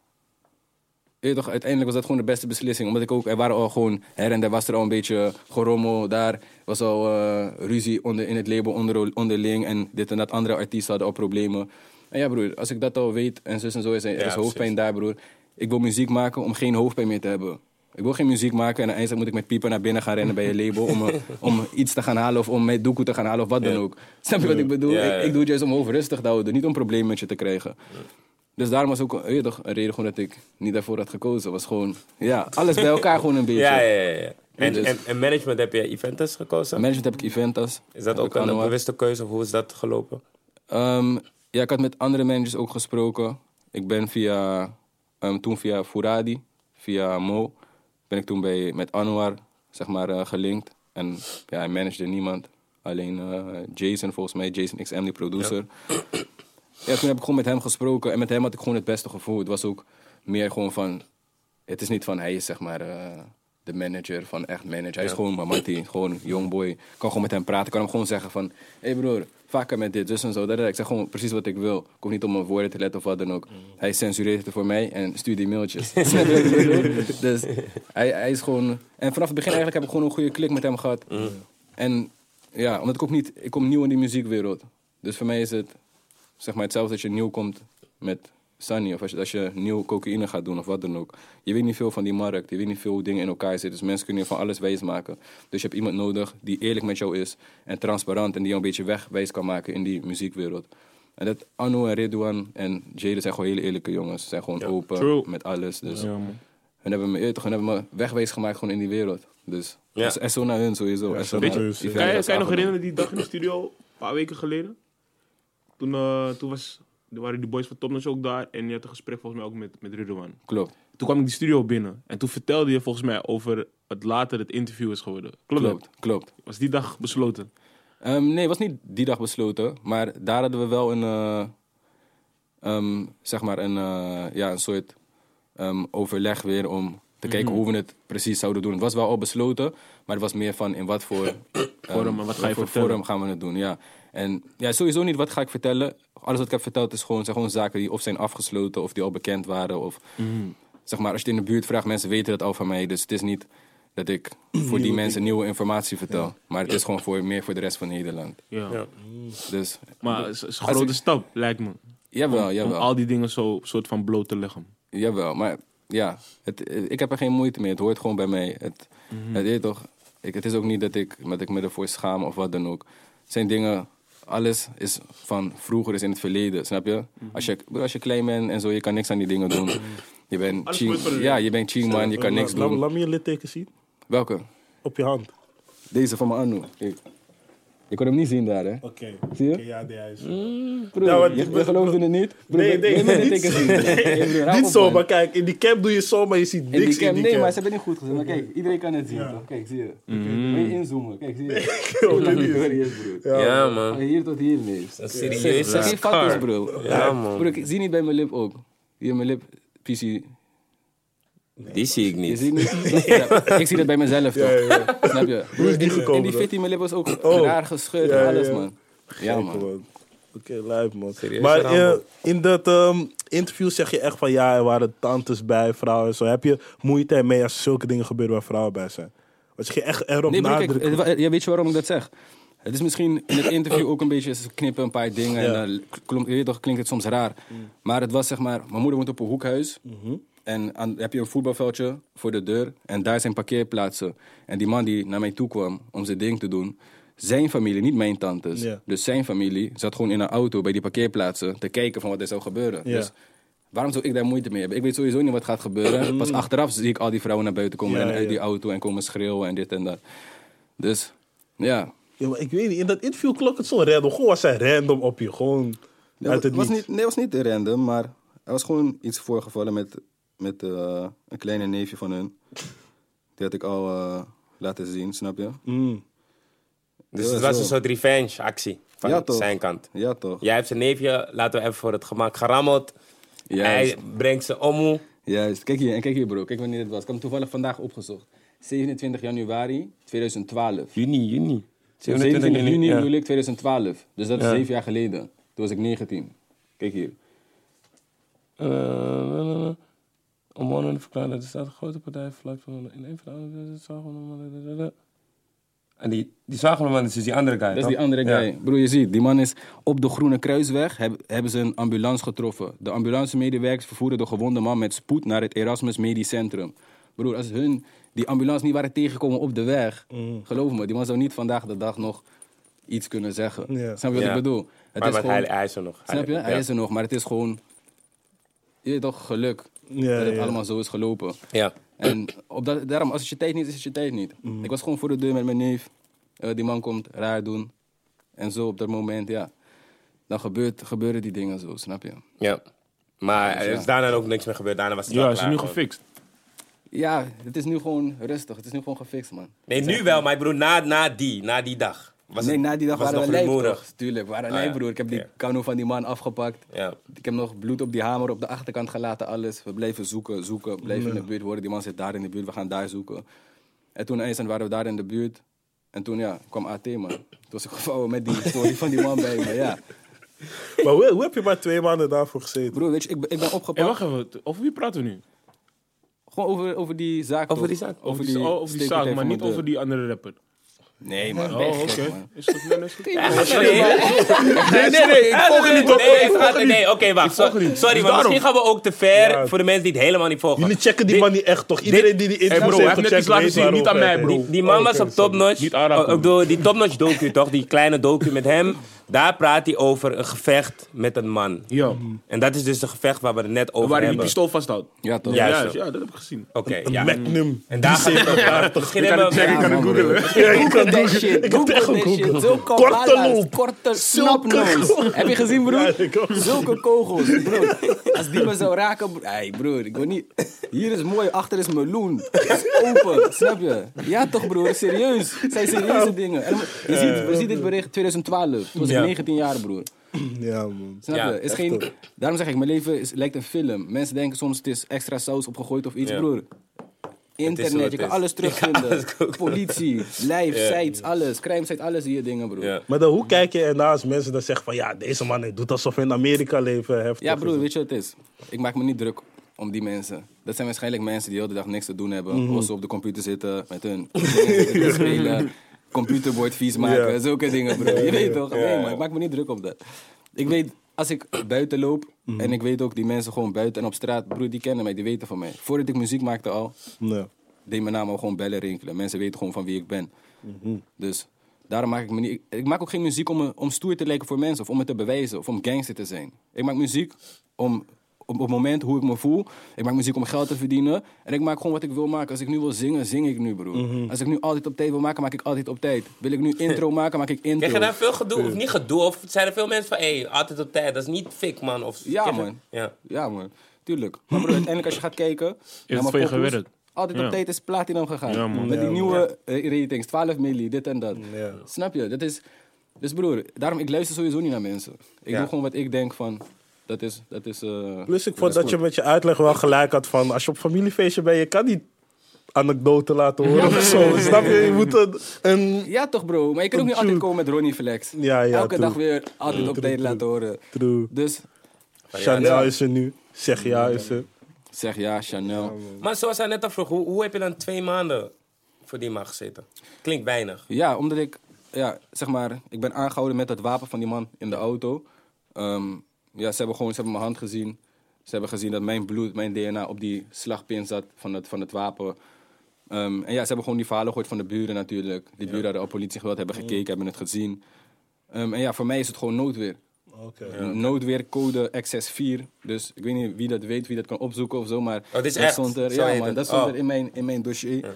Je weet toch, uiteindelijk was dat gewoon de beste beslissing. Omdat ik ook, er waren al gewoon her en daar was er al een beetje gerommel. Daar was al ruzie in het label onderling. En dit en dat. Andere artiesten hadden al problemen. En ja, broer, als ik dat al weet en zus en zo is, er is hoofdpijn daar, broer. Ik wil muziek maken om geen hoofdpijn meer te hebben. Ik wil geen muziek maken en eindelijk moet ik met piepen naar binnen gaan rennen bij je label. Om iets te gaan halen of om met doekoe te gaan halen of wat dan ook. Snap je wat ik bedoel? Ja, ja. Ik doe het juist om hoofd rustig te houden. Niet om problemen met je te krijgen. Dus daarom was ook een reden gewoon dat ik niet daarvoor had gekozen. Was gewoon, ja, alles bij elkaar gewoon een beetje. Ja. En, Dus- en management heb je Eventus gekozen? Management heb ik Eventas. Is dat Heb ook ik een Anwar. bewuste keuze of hoe is dat gelopen? Ja, ik had met andere managers ook gesproken. Ik ben toen via Fouradi, via Mo, ben ik toen met Anwar, zeg maar, gelinkt. En ja, hij managede niemand. Alleen Jason, volgens mij, Jason XM, die producer. Ja, toen heb ik gewoon met hem gesproken. En met hem had ik gewoon het beste gevoel. Het was ook meer gewoon van... Het is niet van, hij is zeg maar de manager van echt manager. Hij is gewoon Mamati, gewoon jongboy. Ik kan gewoon met hem praten. Ik kan hem gewoon zeggen van... Hé broer, vaker met dit, dus en zo. Ik zeg gewoon precies wat ik wil. Ik hoef niet op mijn woorden te letten of wat dan ook. Hij censureert het voor mij en stuurt die mailtjes. Dus hij is gewoon... En vanaf het begin eigenlijk heb ik gewoon een goede klik met hem gehad. En ja, omdat ik kom nieuw in die muziekwereld. Dus voor mij is het... Zeg maar hetzelfde als je nieuw komt met Sunny. Of als je nieuw cocaïne gaat doen of wat dan ook. Je weet niet veel van die markt. Je weet niet veel hoe dingen in elkaar zitten. Dus mensen kunnen je van alles wijs maken. Dus je hebt iemand nodig die eerlijk met jou is. En transparant. En die jou een beetje wegwijs kan maken in die muziekwereld. En dat Anu en Ridwan en Jade zijn gewoon hele eerlijke jongens. Ze zijn gewoon open true. met alles. Dus Ja, man. hun hebben me wegwijs gemaakt gewoon in die wereld. Dus en zo naar hun sowieso. En zo Weet naar je, Eventus kan je nog aangenomen. herinneren die dag in de studio, een paar weken geleden? Toen waren die boys van Topnotch ook daar en je had een gesprek volgens mij ook met Ridwan. Klopt. Toen kwam ik die studio binnen en toen vertelde je volgens mij over het later het interview is geworden. Klopt dat? Klopt. Was die dag besloten? Nee, het was niet die dag besloten. Maar daar hadden we wel een soort overleg weer om te kijken hoe we het precies zouden doen. Het was wel al besloten, maar het was meer van in wat voor Vorm en wat ga je voor vertellen? vorm gaan we het doen. Ja. En ja, sowieso niet wat ga ik vertellen. Alles wat ik heb verteld zijn gewoon zaken die of zijn afgesloten of die al bekend waren. Of, zeg maar, als je het in de buurt vraagt, mensen weten dat al van mij. Dus het is niet dat ik voor die mensen nieuwe informatie vertel. Maar het is gewoon meer voor de rest van Nederland. Ja. Ja. Dus Maar het is een Als grote ik- stap, lijkt me. Jawel. Om al die dingen zo soort van bloot te leggen. Jawel, maar ja, ik heb er geen moeite mee. Het hoort gewoon bij mij. Het is toch, het is ook niet dat ik me ervoor schaam of wat dan ook. Het zijn dingen, alles is van vroeger, is in het verleden, snap je? Als je klein bent en zo, je kan niks aan die dingen doen. Je bent je bent cheap man, je kan niks doen. Laat me je litteken zien. Welke? Op je hand. Deze van mijn Anu. Kijk. Je kon hem niet zien daar, hè? Oké. Zie je? Oké, ja, die hij is. Broer, Ja, want- je geloofde het niet? Broer, Nee, wil je me niet litteken zien? Hey, broer, hou Niet op, zo, man. maar kijk, in die cam doe je zo, maar je ziet In niks die cam, in die nee, cam. maar ze hebben niet goed gezien. Maar kijk, iedereen kan het zien, toch? Kijk, zie je? Wil je inzoomen? Kijk, zie je? Oh, dit is- Serieus, broer. Ja, man. Van hier tot hier, nee. Dat is serieus. Geen foto's, bro. Ja, man. Broer, ik zie niet bij mijn lip ook. Hier, mijn lip, PC. Die zie ik Je niet. ziet niet? Ja, ik zie dat bij mezelf, toch? Snap je? Hoe is die En gekomen die dan? fit in mijn lip was ook Oh. raar gescheurd Ja, en alles, ja. man. Ja, Kijk, man. Oké, lijp, man. Serieus, Maar Rambo? in dat interview zeg je echt van ja, er waren tantes bij, vrouwen en zo. Heb je moeite ermee als er zulke dingen gebeuren waar vrouwen bij zijn? Want je ging echt erop Nee, broer, nadrukken. kijk, ja, weet je waarom ik dat zeg? Het is misschien in het interview ook een beetje, ze knippen een paar dingen Ja. en dan je weet toch, klinkt het soms raar. Maar het was zeg maar, mijn moeder woont op een hoekhuis. En heb je een voetbalveldje voor de deur en daar zijn parkeerplaatsen. En die man die naar mij toe kwam om zijn ding te doen, zijn familie, niet mijn tantes, Ja. dus zijn familie zat gewoon in een auto bij die parkeerplaatsen te kijken van wat er zou gebeuren. Ja. Dus waarom zou ik daar moeite mee hebben? Ik weet sowieso niet wat gaat gebeuren. Pas achteraf zie ik al die vrouwen naar buiten komen Ja, en uit ja. die auto en komen schreeuwen en dit en dat. Dus, ja. Ja, maar ik weet niet, in dat interview klonk het zo random. Gewoon was hij random op je, gewoon uit het was niets. niet, nee, het was niet random, maar er was gewoon iets voorgevallen met een kleine neefje van hun. Die had ik al laten zien, snap je? Dus Ja, het was zo. een soort revenge actie van Ja, toch. zijn kant. Ja, toch? Jij hebt zijn neefje, laten we even voor het gemak, gerammeld. Juist. Hij brengt ze om. Juist. Kijk hier bro. Kijk wanneer het was. Ik heb hem toevallig vandaag opgezocht. 27 januari 2012. Juni. 27 juni ja. bedoel ik 2012. Dus dat is Ja. 7 jaar geleden. Toen was ik 19. Kijk hier. Omwonenden verklaren dat de staat een grote partij vlak van in een van de andere zagen. En die zagen man, dat is die andere guy. Dat is toch? die andere guy. Ja. Broer, je ziet, die man is op de Groene Kruisweg. Hebben ze een ambulance getroffen. De ambulancemedewerkers vervoeren de gewonde man met spoed naar het Erasmus Medisch Centrum. Broer, als hun die ambulance niet waren tegengekomen op de weg, geloof me, die man zou niet vandaag de dag nog iets kunnen zeggen. Ja. Snap je wat Ja. ik bedoel? Het Maar is want gewoon, hij is er nog. snap je? Hij Ja. is er nog, maar het is gewoon, je weet toch, geluk Ja, dat het ja. allemaal zo is gelopen. Ja. En daarom, als het je tijd niet is, is het je tijd niet. Ik was gewoon voor de deur met mijn neef. Die man komt raar doen. En zo op dat moment, ja. Dan gebeuren die dingen zo, snap je? Ja. Maar er is daarna ook niks meer gebeurd. Daarna was het wel Ja, is klaar nu gewoon. gefixt. Ja, het is nu gewoon rustig. Het is nu gewoon gefixt, man. Nee, nu wel, maar ik bedoel, na die dag. Was Nee, het- na die dag was het waren we nog lijp, rumoerig. toch? Tuurlijk, we waren Ah, lijp, ja. broer. Ik heb die Ja. kano van die man afgepakt. Ja. Ik heb nog bloed op die hamer op de achterkant gelaten, alles. We blijven zoeken, blijven in de buurt worden. Die man zit daar in de buurt, we gaan daar zoeken. En toen eens waren we daar in de buurt. En toen, ja, kwam AT, man. Toen was ik gevouwen met die story van die man bij me, ja. Maar hoe heb je maar 2 maanden daarvoor gezeten? Broer, weet je, ik ben Hé, opgepakt. wacht even. Over wie praten we nu? Gewoon over die zaak, Over toch? die zaak. Over die zaak, steekpartij maar van niet mijn over deur. die andere rapper. Nee, man. Oh, Ben je oké. gek, man. Is dat Dennis? Nee, ik volg het niet. Nee, oké, wacht. Sorry, maar daarom. misschien gaan we ook te ver Ja. voor de mensen die het helemaal niet volgen. Jullie checken die man niet echt, toch? Iedereen die Hey interviews bro, hij heeft net gecheckt iets laten weet zien, niet aan mij waarover het bro. is. Die man was oké, op Top Notch. Niet aanraken. Ik bedoel, die Top Notch docu toch? Die kleine docu met hem. Daar praat hij over een gevecht met een man. Ja. En dat is dus een gevecht waar we het net over Waar hij die hebben. pistool vasthoudt. Ja, toch? Ja. Ja, Juist. ja, dat heb ik gezien. Oké, ja. Magnum. En daar gaat het over. Misschien hebben we... checken, kan man, ik googlen. Ja, ik kan Google that shit. Ik heb het echt Google that gegoogeld. shit. Zulke Korte balla's, loop. korte Zulke snapnose. Heb je gezien, broer? Ja, ik ook. Zulke kogels, broer. Als die me zou raken, broer. Hey, broer, ik wil niet... Hier is mooi, achter is meloen. Open, snap je? Ja toch, broer, serieus. Het zijn serieuze dingen. En je ziet dit bericht 2012. Toen was ik Ja. 19 jaar, broer. Ja, man. Snap Ja, je? Is echt geen, hoor. daarom zeg ik, mijn leven lijkt een film. Mensen denken soms het is extra saus opgegooid of iets, Ja. broer. zo Internet, het je kan is. alles Je kan terugvinden. alles googlen. Politie, live, Ja. sites, alles. Crime site, alles zie je dingen, broer. Ja. Maar dan, hoe kijk je ernaar als mensen dan zeggen van... Ja, deze man hij doet alsof hij in Amerika leven. Heftig. Ja, broer, weet je wat het is? Ik maak me niet druk om die mensen. Dat zijn waarschijnlijk mensen die de hele dag niks te doen hebben. Of ze op de computer zitten met hun dingen zitten te spelen. Computerbord vies maken, Ja. zulke dingen, broer. Je weet toch? Ja, Nee, ja. man, ik maak me niet druk op dat. Ik weet, als ik buiten loop en ik weet ook die mensen gewoon buiten en op straat, broer, die kennen mij, die weten van mij. Voordat ik muziek maakte al, Nee. deed mijn naam al gewoon bellen rinkelen. Mensen weten gewoon van wie ik ben. Dus daarom maak ik me niet... Ik maak ook geen muziek om stoer te lijken voor mensen of om me te bewijzen of om gangster te zijn. Ik maak muziek om op het moment hoe ik me voel. Ik maak muziek om geld te verdienen. En ik maak gewoon wat ik wil maken. Als ik nu wil zingen, zing ik nu, broer. Als ik nu altijd op tijd wil maken, maak ik altijd op tijd. Wil ik nu intro maken, maak ik intro. Krijg je daar veel gedoe of niet gedoe? Of zijn er veel mensen van, altijd op tijd, dat is niet fik, man? Of, Ja, man. Ja. Ja, man. Tuurlijk. Maar broer, uiteindelijk als je gaat kijken... naar het mijn voor je pokoes, gewerkt. Altijd op Ja. tijd is platinum gegaan. Ja, man. Met die Ja, nieuwe ratings, 12 milli, dit en dat. Ja. Snap je? Dat is... Dus broer, daarom ik luister sowieso niet naar mensen. Ik doe gewoon wat ik denk van... Dat is Plus ik dat vond is dat goed. je met je uitleg wel gelijk had van... Als je op familiefeestje bent, je kan niet anekdoten laten horen of zo. Snap je? Je moet een... Ja toch bro, maar je kan ook niet altijd komen met Ronnie Flex. Ja, Elke true. dag weer altijd op tijd laten horen. True. Dus Chanel is er nu. Zeg ja is er. zeg ja, Chanel. Maar zoals hij net al vroeg, hoe heb je dan 2 maanden voor die man gezeten? Klinkt weinig. Ja, omdat ik, zeg maar, ik ben aangehouden met het wapen van die man in de auto. Ja, ze hebben mijn hand gezien. Ze hebben gezien dat mijn bloed, mijn DNA op die slagpin zat van het wapen. En ja, ze hebben gewoon die verhalen gehoord van de buren natuurlijk. Die buren hadden op politie geweld, hebben gekeken, hebben het gezien. En ja, voor mij is het gewoon noodweer. Oké. Noodweercode XS4. Dus ik weet niet wie dat weet, wie dat kan opzoeken of zo, maar dit is dat echt? stond er, Zo ja, heet man, het? dat stond Oh. er in mijn dossier.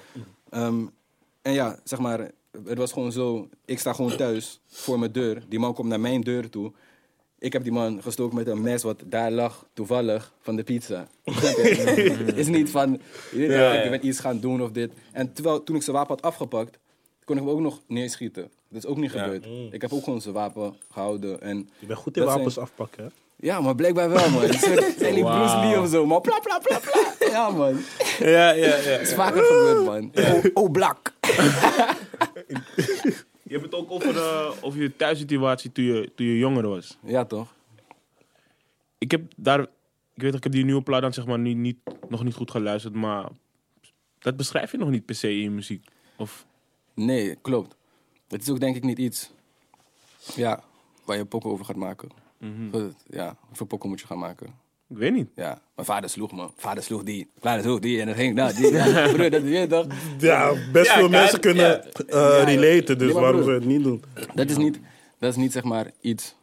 En ja, zeg maar, het was gewoon zo, ik sta gewoon thuis voor mijn deur. Die man komt naar mijn deur toe. Ik heb die man gestoken met een mes wat daar lag, toevallig, van de pizza. Snap je? Het is niet van, je weet, ik ben iets gaan doen of dit. En toen ik zijn wapen had afgepakt, kon ik hem ook nog neerschieten. Dat is ook niet gebeurd. Ik heb ook gewoon zijn wapen gehouden. En Je bent goed in dat wapens zijn- afpakken, hè? Ja, maar blijkbaar wel, man. Het zijn niet Bruce Lee of zo, maar pla, pla, pla, pla. Ja, man. Ja. Het is vaker gebeurd, man. Oh, blak. Je hebt het ook over je thuissituatie toen je jonger was. Ja, toch? Ik heb die nieuwe plaat dan zeg maar nog niet goed geluisterd, maar dat beschrijf je nog niet per se in je muziek. Of Nee, klopt. Het is ook denk ik niet iets waar je pokken over gaat maken. Ja, hoeveel pokken moet je gaan maken? ik weet niet. Ja, mijn vader sloeg me. Vader sloeg die en dan ging ik naar die. Ja, broer, dat weet je toch? Ja, best veel mensen kunnen relaten, dus Ja, maar waarom broer. zou je het niet doen? Dat is niet zeg maar iets,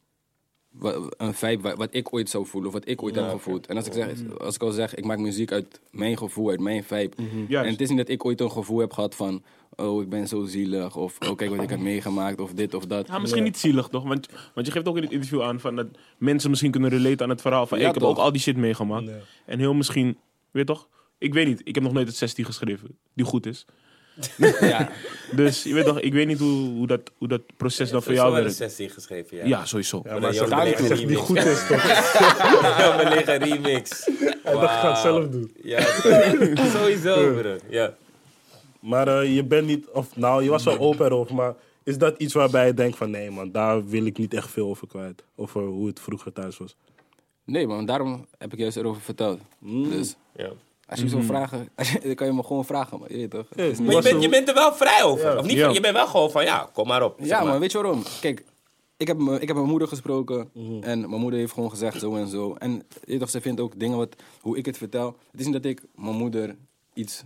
een vibe wat ik ooit zou voelen of wat ik ooit heb gevoeld. En als ik al zeg, ik maak muziek uit mijn gevoel, uit mijn vibe. Juist. En het is niet dat ik ooit een gevoel heb gehad van, oh ik ben zo zielig of oh kijk wat ik heb meegemaakt of dit of dat. Ja, misschien niet zielig toch? Want je geeft ook in het interview aan van dat mensen misschien kunnen relaten aan het verhaal van Ja, ik heb toch? ook al die shit meegemaakt. Ja. En heel misschien, weet je toch? Ik weet niet, ik heb nog nooit het 16 geschreven, die goed is. Ja, Dus je weet toch, ik weet niet hoe dat proces dan voor jou wel een werkt. 16 geschreven, ja. Ja, sowieso. Ja, Maar maar dan ze Jan gaan Belegger niet die remix. goed is, toch? Ja, we liggen remix. Dat gaat het zelf doen. Ja, sowieso, bro. Ja. Maar je bent niet, of nou, je was wel open erover, maar is dat iets waarbij je denkt van nee man, daar wil ik niet echt veel over kwijt. Over hoe het vroeger thuis was. nee man, daarom heb ik juist erover verteld. Dus Ja. als je zo vragen, dan kan je me gewoon vragen, man. Je weet toch? Het is niet- Maar je bent er wel vrij over. Ja. Of niet, Ja. je bent wel gewoon van, ja, kom maar op. zeg Ja, maar. maar weet je waarom? Kijk, ik heb mijn moeder gesproken en mijn moeder heeft gewoon gezegd zo en zo. En je toch, ze vindt ook dingen hoe ik het vertel. Het is niet dat ik mijn moeder iets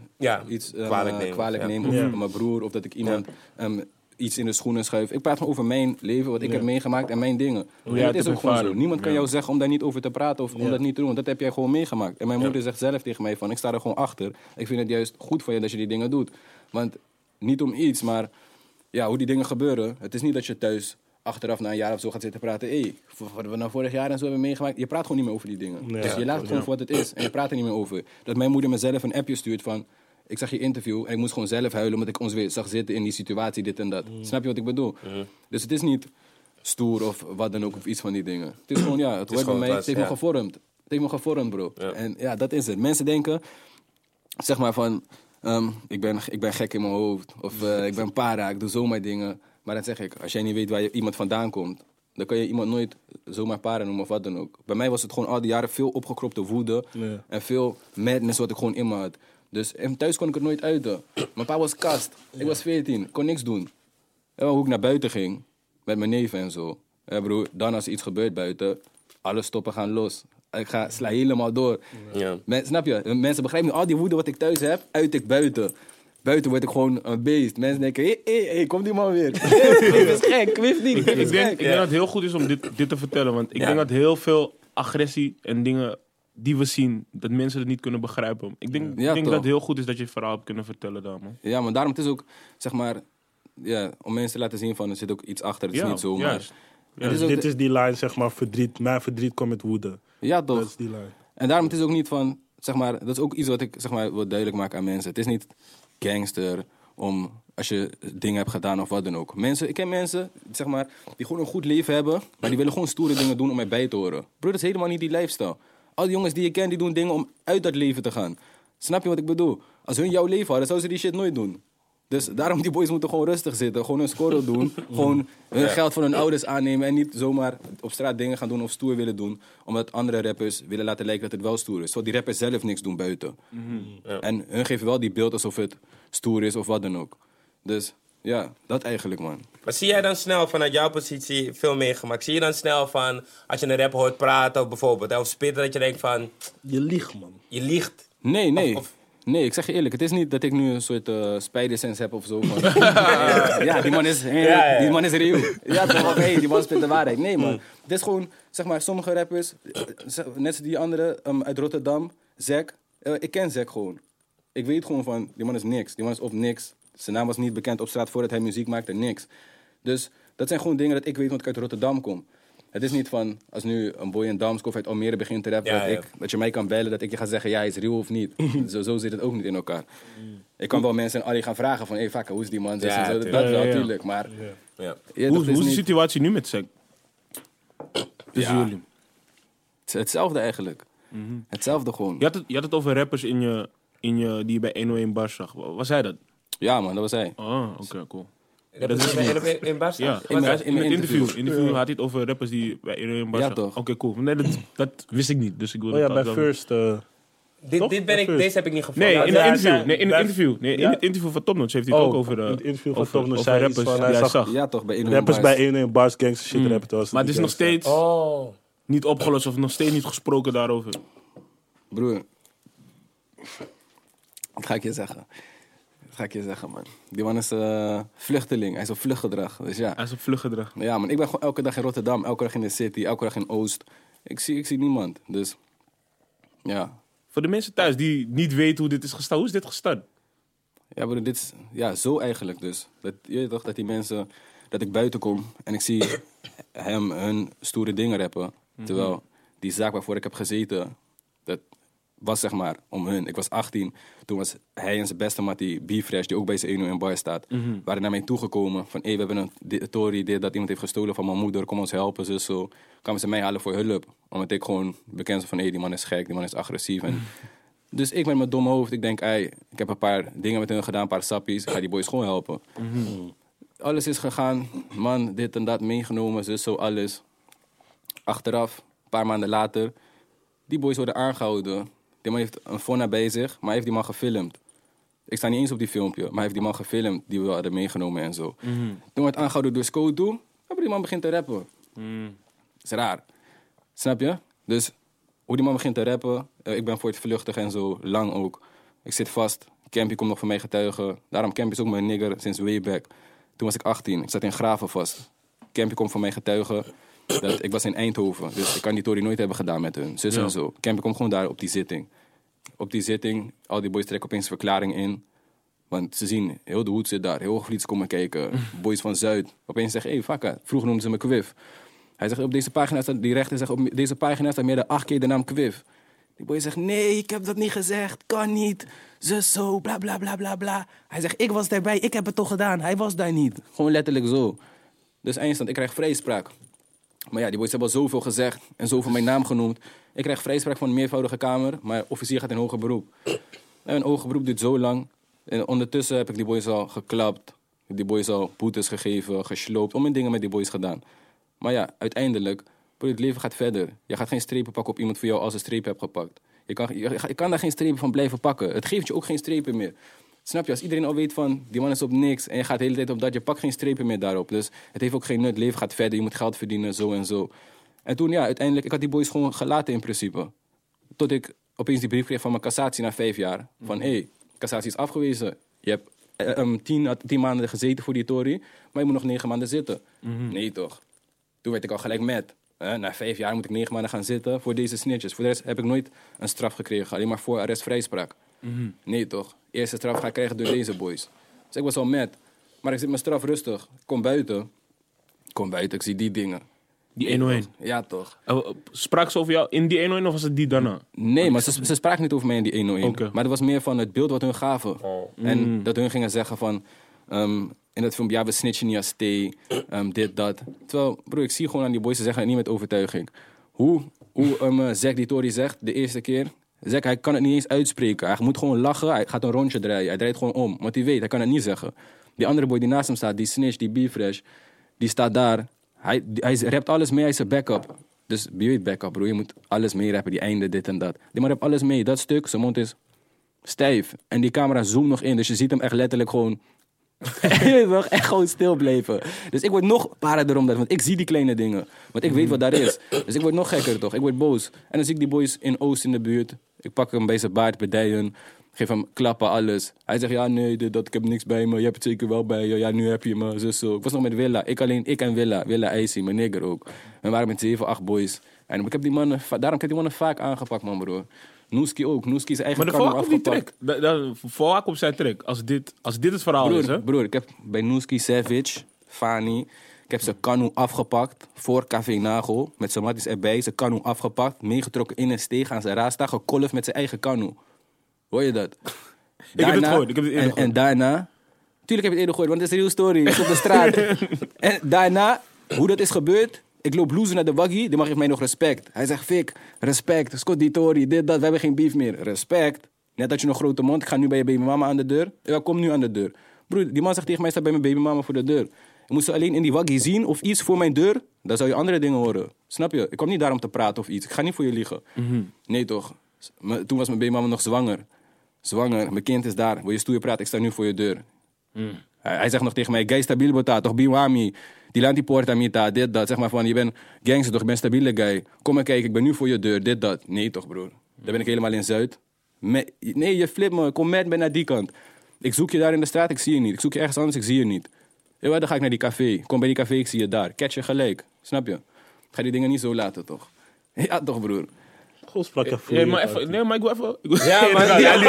kwalijk neem of Ja. mijn broer of dat ik iemand iets in de schoenen schuif. Ik praat gewoon over mijn leven, wat ik heb meegemaakt en mijn dingen. En jij dat het is ook hebt gewoon zo. ervaren. Niemand kan Ja. jou zeggen om daar niet over te praten of om dat niet te doen. Dat heb jij gewoon meegemaakt. En mijn moeder zegt zelf tegen mij van, ik sta er gewoon achter. Ik vind het juist goed van je dat je die dingen doet. Want niet om iets, maar ja, hoe die dingen gebeuren. Het is niet dat je thuis achteraf na een jaar of zo gaat zitten praten. Wat we nou vorig jaar en zo hebben meegemaakt. Je praat gewoon niet meer over die dingen. Nee, Dus je laat het gewoon voor wat het is. En je praat er niet meer over. Dat mijn moeder mezelf een appje stuurt van, ik zag je interview en ik moest gewoon zelf huilen omdat ik ons weer zag zitten in die situatie, dit en dat. Snap je wat ik bedoel? Dus het is niet stoer of wat dan ook of iets van die dingen. Het is gewoon, ja, het hoort bij gewoon mij. wat, Het heeft me ja. gevormd. Het heeft me gevormd, bro. Ja. En ja, dat is het. Mensen denken, zeg maar van, ik ben gek in mijn hoofd. Of ik ben para, ik doe zomaar dingen. Maar dan zeg ik, als jij niet weet waar iemand vandaan komt, dan kan je iemand nooit zomaar para noemen of wat dan ook. Bij mij was het gewoon al die jaren veel opgekropte woede. Ja. En veel madness wat ik gewoon in me had. Dus en thuis kon ik het nooit uiten. Mijn pa was kast. Ik was 14, kon niks doen. En hoe ik naar buiten ging, met mijn neven en zo. Broer, dan als er iets gebeurt buiten, alle stoppen gaan los. Ik sla helemaal door. Ja. Snap je? Mensen begrijpen nu, al die woede wat ik thuis heb, uit ik buiten. Buiten word ik gewoon een beest. Mensen denken, hé, komt die man weer. Kwif is gek, Kwif niet. Ik denk dat het heel goed is om dit te vertellen. Want ik denk dat heel veel agressie en dingen die we zien, dat mensen het niet kunnen begrijpen. Ik denk dat het heel goed is dat je het verhaal hebt kunnen vertellen daar, man. Ja, maar daarom het is ook, zeg maar, om mensen te laten zien van, er zit ook iets achter. Het is niet zomaar. Juist. Dit is die lijn, zeg maar, verdriet. Mijn verdriet komt met woede. Ja, toch? Dat is die lijn. En daarom het is ook niet van, zeg maar, dat is ook iets wat ik, zeg maar, wil duidelijk maken aan mensen. Het is niet gangster als je dingen hebt gedaan of wat dan ook. Ik ken mensen, zeg maar, die gewoon een goed leven hebben, maar die willen gewoon stoere dingen doen om mij bij te horen. Bro, dat is helemaal niet die lifestyle. Al die jongens die je kent, die doen dingen om uit dat leven te gaan. Snap je wat ik bedoel? Als hun jouw leven hadden, zouden ze die shit nooit doen. Dus daarom die boys moeten gewoon rustig zitten, gewoon hun score doen, gewoon hun geld van hun ouders aannemen en niet zomaar op straat dingen gaan doen of stoer willen doen, omdat andere rappers willen laten lijken dat het wel stoer is. Zodat die rappers zelf niks doen buiten. Ja. En hun geven wel die beeld alsof het stoer is of wat dan ook. Dus ja, dat eigenlijk, man. Maar zie jij dan snel vanuit jouw positie veel meegemaakt? Zie je dan snel van, als je een rapper hoort praten of bijvoorbeeld, of spitten, dat je denkt van, Je liegt, man. je liegt? Nee. Of- Nee, ik zeg je eerlijk, het is niet dat ik nu een soort spider-sense heb of zo. Van, ja, die man is, die man is real. Ja, toch wel, die man spit de waarheid. Nee, man. Het is gewoon, zeg maar, sommige rappers, net als die andere uit Rotterdam, Zack. Ik ken Zack gewoon. Ik weet gewoon van, die man is niks. Die man is op niks. Zijn naam was niet bekend op straat voordat hij muziek maakte, niks. Dus dat zijn gewoon dingen dat ik weet, want ik uit Rotterdam kom. Het is niet van, als nu een boy in Damsko of uit Almere begint te rappen, dat je mij kan bellen, dat ik je ga zeggen, ja, hij is real of niet. Zo zit het ook niet in elkaar. Ik kan wel mensen in Ali gaan vragen van, hey, hoe is die man? Ja, dat tuurlijk. wel, natuurlijk. Maar Ja. Hoe is de situatie nu met Zack? Tussen jullie? Het is hetzelfde eigenlijk. Hetzelfde gewoon. Je had het over rappers die je bij 101 Bars zag. Was hij dat? Ja, man, dat was hij. Oké, cool. Dat is in Barca? Ja, In mijn interview. In interview had hij het over rappers die bij 101 Bars Ja, zag. toch. Oké, cool. Nee, dat wist ik niet, dus ik wilde Oh ja, het bij wel- First. Toch? Deze heb ik niet gevonden. Nee, in Ja, het interview. hij- Nee, in het bij- interview. Nee, in Ja? het interview van Top Notch heeft hij het ook over in het interview van over- Top Notch over zei iets rappers van, die hij hij zag zag. Ja, toch, bij 101 Rappers Bars. bij 101 Bars, gangster shit rappen. terwijl ze Maar het niet is nog gangster steeds Oh. niet opgelost of nog steeds niet gesproken daarover. Broer, wat ga ik je zeggen? Man. Die man is vluchteling. Hij is op vluchtgedrag. Dus ja. Hij is op vluchtgedrag. Ja, man. Ik ben gewoon elke dag in Rotterdam. Elke dag in de city. Elke dag in Oost. Ik zie niemand. Dus, ja. Voor de mensen thuis die niet weten hoe dit is gestart. Hoe is dit gestart? Ja, broer, dit is... Ja, zo eigenlijk dus. Je weet toch dat die mensen... Dat ik buiten kom en ik zie hun stoere dingen rappen. Terwijl die zaak waarvoor ik heb gezeten... Dat was zeg maar om hun. Ik was 18. Toen was hij en zijn beste mattie, B-Fresh, die ook bij zijn 101 Bar staat, waren naar mij toegekomen van, we hebben een Tory, dat iemand heeft gestolen van mijn moeder, kom ons helpen, zus, zo. Kwamen ze mij halen voor hulp. Omdat ik gewoon bekend was van, die man is gek, die man is agressief. En dus ik met mijn domme hoofd, ik denk, ik heb een paar dingen met hun gedaan, een paar sappies, ik ga die boys gewoon helpen. Alles is gegaan, man, dit en dat meegenomen, zus, zo, alles. Achteraf, een paar maanden later, die boys worden aangehouden. Die man heeft een fonna bij zich, maar hij heeft die man gefilmd. Ik sta niet eens op die filmpje, maar hij heeft die man gefilmd die we hadden meegenomen en zo. Toen werd aangehouden door Scoto, maar die man begint te rappen. Is raar. Snap je? Dus hoe die man begint te rappen, ik ben voor het vluchtig en zo, lang ook. Ik zit vast, Campy komt nog voor mij getuigen. Daarom Campy is ook mijn nigger sinds way back. Toen was ik 18, ik zat in Graven vast. Campy komt voor mij getuigen. Ik was in Eindhoven, dus ik kan die Tory nooit hebben gedaan met hun zus en zo. Campy komt gewoon daar op die zitting. Op die zitting, al die boys trekken opeens verklaring in. Want ze zien, heel de hoed zit daar, heel Hoogvliets komen kijken. Boys van Zuid. Opeens zeggen, fakka, vroeger noemden ze me Kwif. Hij zegt, op deze pagina staat, die rechter zegt, op deze pagina staat meer dan 8 keer de naam Kwif. Die boy zegt, nee, ik heb dat niet gezegd, kan niet. Zus zo, bla bla bla bla bla. Hij zegt, ik was daarbij, ik heb het toch gedaan. Hij was daar niet. Gewoon letterlijk zo. Dus eindstand, ik krijg vrijspraak. Maar ja, die boys hebben al zoveel gezegd en zoveel mijn naam genoemd. Ik krijg vrijspraak van een meervoudige kamer, maar officier gaat in hoger beroep. En een hoger beroep duurt zo lang. En ondertussen heb ik die boys al geklapt. Die boys al boetes gegeven, gesloopt, om mijn dingen met die boys gedaan. Maar ja, uiteindelijk, het leven gaat verder. Je gaat geen strepen pakken op iemand voor jou als een streep hebt gepakt. Je kan daar geen strepen van blijven pakken. Het geeft je ook geen strepen meer. Snap je? Als iedereen al weet van, die man is op niks en je gaat de hele tijd op dat, je pakt geen strepen meer daarop. Dus het heeft ook geen nut, het leven gaat verder, je moet geld verdienen, zo en zo. En toen, ja, uiteindelijk, ik had die boys gewoon gelaten in principe. Tot ik opeens die brief kreeg van mijn cassatie na 5 jaar. Van, hé, cassatie is afgewezen. Je hebt 10 maanden gezeten voor die tory, maar je moet nog 9 maanden zitten. Nee toch? Toen werd ik al gelijk met. Na 5 jaar moet ik 9 maanden gaan zitten voor deze snitches. Voor de rest heb ik nooit een straf gekregen, alleen maar voor arrestvrijspraak. Nee toch? Eerste straf ga ik krijgen door deze boys. Dus ik was al met. Maar ik zit mijn straf rustig. Ik kom buiten, ik zie die dingen. Die 101. Ja, toch. Sprak ze over jou in die 101 of was het die daarna? Nee, maar ze spraken niet over mij in die 101. Oké. Maar dat was meer van het beeld wat hun gaven. En dat hun gingen zeggen van... in dat filmpje, ja, we snitchen niet als thee. Dit, dat. Terwijl, bro, ik zie gewoon aan die boys, ze zeggen het niet met overtuiging. Hoe Zack die Tory zegt, de eerste keer... Zack, hij kan het niet eens uitspreken. Hij moet gewoon lachen, hij gaat een rondje draaien. Hij draait gewoon om, want hij weet, hij kan het niet zeggen. Die andere boy die naast hem staat, die snitch, die B-Fresh... die staat daar... Hij rapt alles mee, hij is een backup. Dus wie weet backup, bro. Je moet alles mee rappen, die einde, dit en dat. Die man rapt alles mee, dat stuk, zijn mond is stijf. En die camera zoomt nog in, dus je ziet hem echt letterlijk gewoon... echt gewoon stil blijven. Dus ik word nog parader om dat, want ik zie die kleine dingen. Want ik weet wat daar is. Dus ik word nog gekker toch, ik word boos. En dan zie ik die boys in Oost in de buurt. Ik pak hem bij zijn baard, bedijen. Geef hem klappen, alles. Hij zegt, ja, nee, ik heb niks bij me. Je hebt het zeker wel bij je. Ja, nu heb je me, zo. Ik was nog met Willa. Ik en Willa. Willa IJsie, mijn nigger ook. We waren met 7, 8 boys. En ik heb die mannen, daarom heb ik die mannen vaak aangepakt, man, bro. Noeski ook. Noeski zijn eigen Maar kant voor die track. Voor op zijn track. Als dit het verhaal is, hè? Broer, ik heb bij Noeski, Savage, Fani... Ik heb zijn kanoe afgepakt voor Café Nagel. Met zijn matties erbij. Zijn kanoe afgepakt. Meegetrokken in een steeg aan zijn raasta. Gekolfd met zijn eigen kanoe. Hoor je dat? Ik heb het gehoord. En daarna... Tuurlijk heb ik het eerder gehoord, want het is een real story. Het is op de straat. En daarna, hoe dat is gebeurd... Ik loop loezen naar de waggie, die mag geeft mij nog respect. Hij zegt, Fik, respect, Scott die Tory, dit, dat, we hebben geen beef meer. Respect. Net had je nog grote mond, ik ga nu bij je babymama aan de deur. Ja, kom nu aan de deur. Broer, die man zegt tegen mij, sta bij mijn babymama voor de deur. Ik moest ze alleen in die waggie zien of iets voor mijn deur, dan zou je andere dingen horen. Snap je? Ik kwam niet daar om te praten of iets. Ik ga niet voor je liegen. Nee toch? Toen was mijn babymama nog zwanger. Mijn kind is daar. Wil je stoer praten? Ik sta nu voor je deur. Hij zegt nog tegen mij, guy stabiel bota, toch biwami. Die lanti porta mita, dit, dat. Zeg maar van, je bent gangster toch, je bent stabiele guy. Kom maar kijken, ik ben nu voor je deur, dit, dat. Nee toch, broer. Daar ben ik helemaal in Zuid. Nee, je flip me, kom met me naar die kant. Ik zoek je daar in de straat, ik zie je niet. Ik zoek je ergens anders, ik zie je niet. Ja, dan ga ik naar die café. Kom bij die café, ik zie je daar. Catch je gelijk. Snap je? Ik ga die dingen niet zo laten, toch? Ja, toch, broer. Gewoon sprak je voor Nee, maar ik wil even... Ja, maar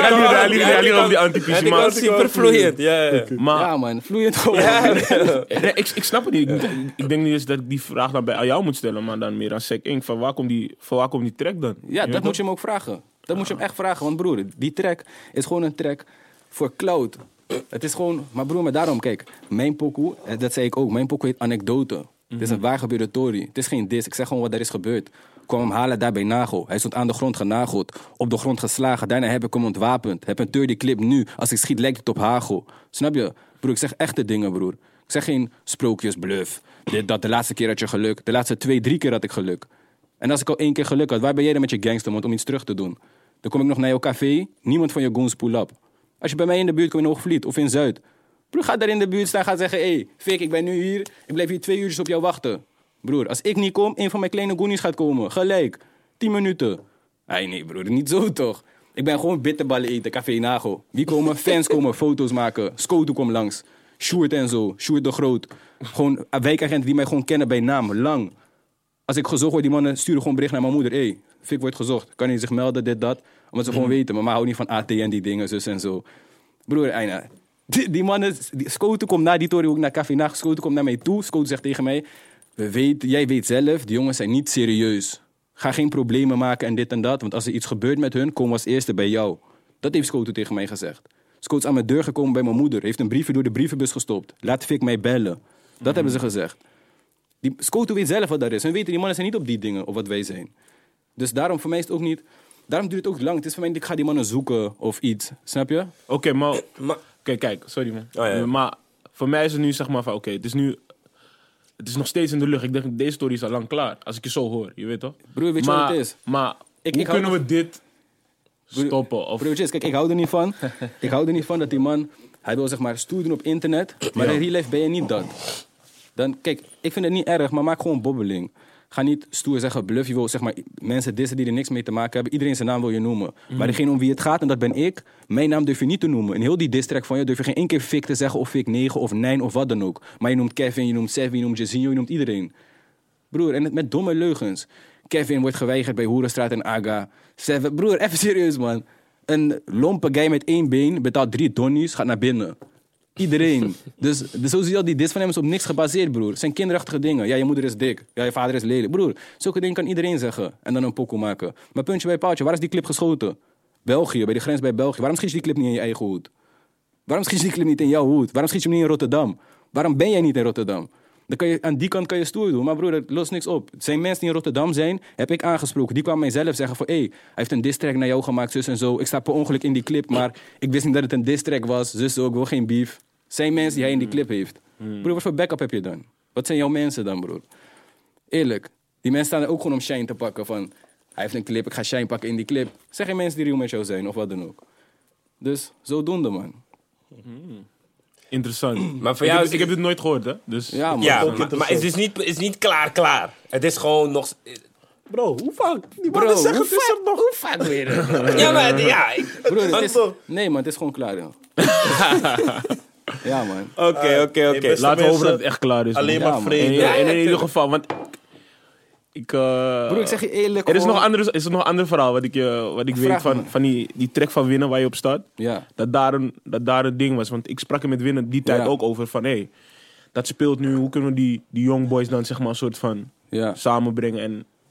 Hij liet op die anti-PC, die maar... was super vloeiend. Ja. Ja, man, vloeiend gewoon. Nee, ik snap het niet. Ik denk niet eens dat ik die vraag dan bij jou moet stellen, maar dan meer aan Sek Inc. Van waar komt die track dan? Ja, dat moet je hem ook vragen. Dat moet je hem echt vragen. Want broer, die track is gewoon een track voor cloud. Het is gewoon... Maar broer, maar daarom, kijk. Mijn pokoe, dat zei ik ook. Mijn pokoe heet Anekdote. Het is een waar gebeurde tory. Het is geen dis. Ik zeg gewoon wat er is gebeurd. Ik kwam hem halen daar bij Nagel. Hij stond aan de grond genageld. Op de grond geslagen. Daarna heb ik hem ontwapend. Heb een 30 clip nu. Als ik schiet lijkt het op hagel. Snap je? Broer, ik zeg echte dingen, broer. Ik zeg geen sprookjes, bluff. Dit, dat, de laatste keer had je geluk. De laatste 2, 3 keer had ik geluk. En als ik al 1 keer geluk had, waar ben jij dan met je gangstermond om iets terug te doen? Dan kom ik nog naar jouw café. Niemand van je goons pull up. Als je bij mij in de buurt komt in Hoogvliet of in Zuid. Broer, ga daar in de buurt staan. Ga zeggen, hé, Fik, ik ben nu hier. Ik blijf hier 2 uurtjes op jou wachten. Broer, als ik niet kom, een van mijn kleine goonies gaat komen. Gelijk. 10 minuten. Nee, broer, niet zo toch. Ik ben gewoon bitterballen eten, Café Nagel. Wie komen? Fans komen, foto's maken. Scoto komt langs. Sjoerd en zo. Sjoerd de Groot. Gewoon wijkagenten die mij gewoon kennen bij naam. Lang. Als ik gezocht word, die mannen sturen gewoon bericht naar mijn moeder. Hé, Fik wordt gezocht. Kan hij zich melden, dit, dat? Omdat ze gewoon weten. Mama houdt niet van AT en die dingen, zus en zo. Broer, Eina. Die mannen... Scoto komt na die tory ook naar Café Nagel. Scoto komt naar mij toe. Scoto zegt tegen mij... Jij weet zelf, die jongens zijn niet serieus. Ga geen problemen maken en dit en dat. Want als er iets gebeurt met hun, komen we als eerste bij jou. Dat heeft Scoto tegen mij gezegd. Scoto is aan mijn deur gekomen bij mijn moeder. Heeft een briefje door de brievenbus gestopt. Laat Fik mij bellen. Dat hebben ze gezegd. Scoto weet zelf wat dat is. En weten, die mannen zijn niet op die dingen, of wat wij zijn. Dus daarom, voor mij is het ook niet... Daarom duurt het ook lang. Het is voor mij niet, ik ga die mannen zoeken of iets. Snap je? Oké, maar... Kijk, sorry man. Oh, ja. Maar voor mij is het nu zeg maar van, oké, het is nu... Het is nog steeds in de lucht. Ik denk, deze story is al lang klaar. Als ik je zo hoor, je weet toch? Broer, weet je wat het is? Maar hoe kunnen we dit stoppen. Of... Broertjes, kijk, ik hou er niet van. Ik hou er niet van dat die man... Hij wil zeg maar stoer doen op internet. Maar in real life ben je niet dat. Dan, kijk, ik vind het niet erg, maar maak gewoon bobbeling. Ga niet stoer zeggen, bluff. Je wil zeg maar mensen dissen die er niks mee te maken hebben. Iedereen zijn naam wil je noemen. Maar degene om wie het gaat, en dat ben ik... Mijn naam durf je niet te noemen. In heel die distrack van je durf je geen één keer Fik te zeggen... of Fik 9 of 9 of wat dan ook. Maar je noemt Kevin, je noemt Seven, je noemt Jazinho, je noemt iedereen. Broer, en het met domme leugens. Kevin wordt geweigerd bij Hoerenstraat en Aga. Seven, broer, even serieus, man. Een lompe guy met 1 been betaalt 3 donnies, gaat naar binnen. Iedereen. Dus zo zie je al, die dis van hem is op niks gebaseerd, broer. Het zijn kinderachtige dingen. Ja, je moeder is dik. Ja, je vader is lelijk. Broer, zulke dingen kan iedereen zeggen. En dan een pokoe maken. Maar puntje bij paaltje, waar is die clip geschoten? België, bij de grens bij België. Waarom schiet je die clip niet in je eigen hoed? Waarom schiet je die clip niet in jouw hoed? Waarom schiet je hem niet in Rotterdam? Waarom ben jij niet in Rotterdam? Dan kan je, aan die kant kan je stoer doen. Maar broer, dat lost niks op. Het zijn mensen die in Rotterdam zijn, heb ik aangesproken. Die kwamen mij zelf zeggen van... hij heeft een diss track naar jou gemaakt, zus en zo. Ik sta per ongeluk in die clip, maar ik wist niet dat het een diss track was. Zus zo, ik wil geen beef. Het zijn mensen die hij in die clip heeft. Broer, wat voor backup heb je dan? Wat zijn jouw mensen dan, broer? Eerlijk. Die mensen staan er ook gewoon om shine te pakken van... Hij heeft een clip, ik ga shine pakken in die clip. Het zijn geen mensen die real met jou zijn, of wat dan ook. Dus, zodoende, man. Interessant. Maar voor jou ik heb dit nooit gehoord, hè? Dus... Ja, man. Ja, maar het is niet klaar. Het is gewoon nog... Bro, hoe vaak? Die Bro, mannen zeggen hoe het is er nog. Hoe vaak weer? Ja, maar ja... Broer, het is... Anto. Nee, man, het is gewoon klaar, joh. Ja, man. Oké. beste Laten we hopen mensen, dat het echt klaar is. Alleen man. maar Ja, man. vrede. En in ieder geval, want... Broer, ik zeg je eerlijk. Er is gewoon- nog een ander verhaal wat ik weet Vraag me. van die track van Winnen waar je op staat. Ja. Dat daar een ding was. Want ik sprak er met Winnen die tijd Ja. ook over van... dat speelt nu, hoe kunnen we die young boys dan zeg maar een soort van Ja. samenbrengen.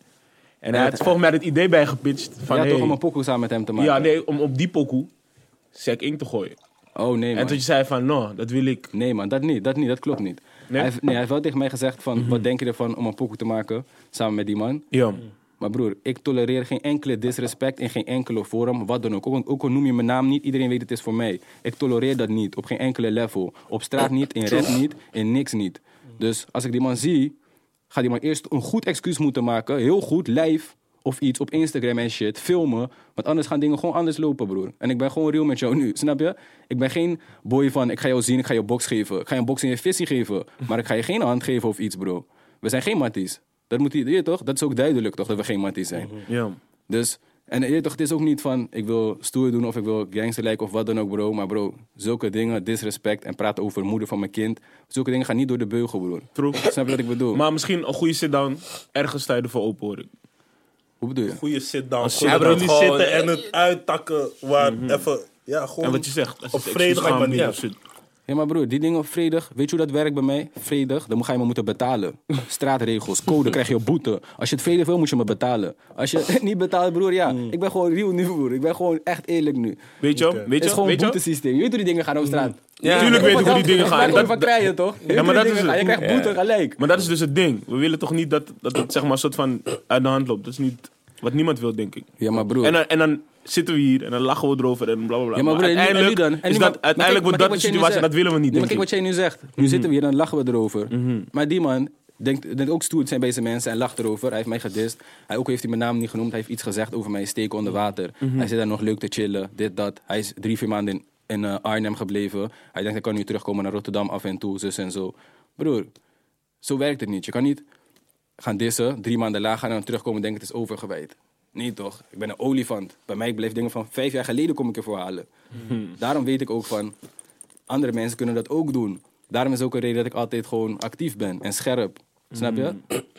En hij had volgens mij het idee bij gepitcht van... Ja, toch om een pokoe samen met hem te maken. ja, nee, om op die pokoe Zack Ink te gooien. Oh, nee, En man. toen je zei van, no, dat wil ik. Nee, man, dat niet, dat klopt niet. Nee? Hij heeft wel tegen mij gezegd van, wat denk je ervan om een pokoe te maken samen met die man? Ja. Maar broer, ik tolereer geen enkele disrespect in geen enkele vorm, wat dan ook. Ook al noem je mijn naam niet, iedereen weet het is voor mij. Ik tolereer dat niet, op geen enkele level. Op straat niet, in rap niet, in niks niet. Dus als ik die man zie, gaat die man eerst een goed excuus moeten maken. Heel goed, live of iets op Instagram en shit, filmen. Want anders gaan dingen gewoon anders lopen, broer. En ik ben gewoon real met jou nu, snap je? Ik ben geen boy van, ik ga jou zien, ik ga je box geven. Ik ga je een box in je visie geven. Maar ik ga je geen hand geven of iets, bro. We zijn geen matties. Dat moet je toch? Dat is ook duidelijk, toch, dat we geen matties zijn. Ja. Dus, en je weet toch, het is ook niet van, ik wil stoer doen of ik wil gangster lijken of wat dan ook, bro. Maar bro, zulke dingen, disrespect en praten over moeder van mijn kind. Zulke dingen gaan niet door de beugel, broer. True. Snap je wat ik bedoel? Maar misschien een goede sit-down, ergens sta je ervoor open, hoor ik. Hoe bedoel je? Goeie sit-down. Als Gewoon sit-down. dat jullie Gewoon, zitten en het uittakken waar even... Ja, gewoon En wat je zegt. Als op het vredige excuus gaan manier. of shit. Ja, maar broer, die dingen vredig, weet je hoe dat werkt bij mij? Vredig, dan ga je me moeten betalen. Straatregels, code, krijg je een boete. Als je het vredig wil, moet je me betalen. Als je het niet betaalt, broer, ja. Ik ben gewoon real nu, broer. Ik ben gewoon echt eerlijk nu. Weet je? Oké. Het Weet is je? gewoon een Weet je? boetesysteem. Je weet hoe die dingen gaan op straat. Ja. Tuurlijk weet ik hoe die dingen gaan. En dat krijgen toch? Ja, maar dat is Je het. krijgt boete gelijk. Maar dat is dus het ding. We willen toch niet dat het zeg maar een soort van uit de hand loopt. Dat is niet wat niemand wil, denk ik. Ja, maar broer. En dan zitten we hier en dan lachen we erover en blablabla. Ja, maar broer, en nu uiteindelijk dan? En nu, maar kijk uiteindelijk wordt dat de wat jij nu situatie, zegt. dat willen we niet, Nee, maar denk kijk ik. wat jij nu zegt. Nu zitten we hier en dan lachen we erover. Maar die man denkt ook stoer te zijn bij zijn mensen en lacht erover. Hij heeft mij gedist. Ook heeft hij mijn naam niet genoemd. Hij heeft iets gezegd over mij, steken onder water. Hij zit daar nog leuk te chillen, dit, dat. Hij is 3-4 maanden in Arnhem gebleven. Hij denkt, ik kan nu terugkomen naar Rotterdam af en toe, zus en zo. Broer, zo werkt het niet. Je kan niet gaan dissen, 3 maanden later gaan en dan terugkomen en denken het is overgewijd. Nee toch, ik ben een olifant. Bij mij blijft dingen van 5 jaar geleden kom ik ervoor halen. Daarom weet ik ook van, andere mensen kunnen dat ook doen. Daarom is ook een reden dat ik altijd gewoon actief ben en scherp. Snap je?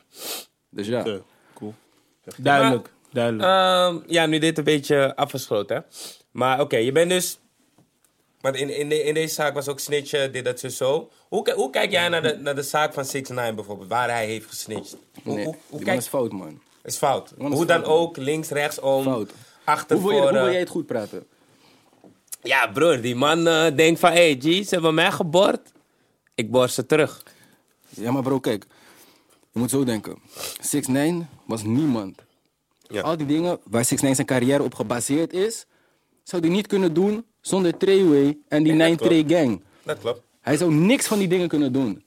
Dus ja. Oké. Cool. Duidelijk. Ja, nu dit een beetje afgesloten, hè. Maar oké, je bent dus... Want in deze zaak was ook snitchen, dit, dat, zo. Hoe kijk jij naar de zaak van 6ix9ine bijvoorbeeld, waar hij heeft gesnitcht? Nee, Hoe die man kijk is fout, man. is fout. Man is Hoe dan fout, man. ook, links, rechts, om, Fout. achter, Hoe voor... wil jij het goed praten? Ja, broer, die man denkt van... Hey, G, ze hebben mij gebord. Ik boor ze terug. Ja, maar bro, kijk. Je moet zo denken. 6ix9ine was niemand. Ja. Al die dingen waar 6ix9ine zijn carrière op gebaseerd is... zou hij niet kunnen doen zonder Treyway en die Nee, 9 dat Trey gang. Dat klopt. Hij zou niks van die dingen kunnen doen.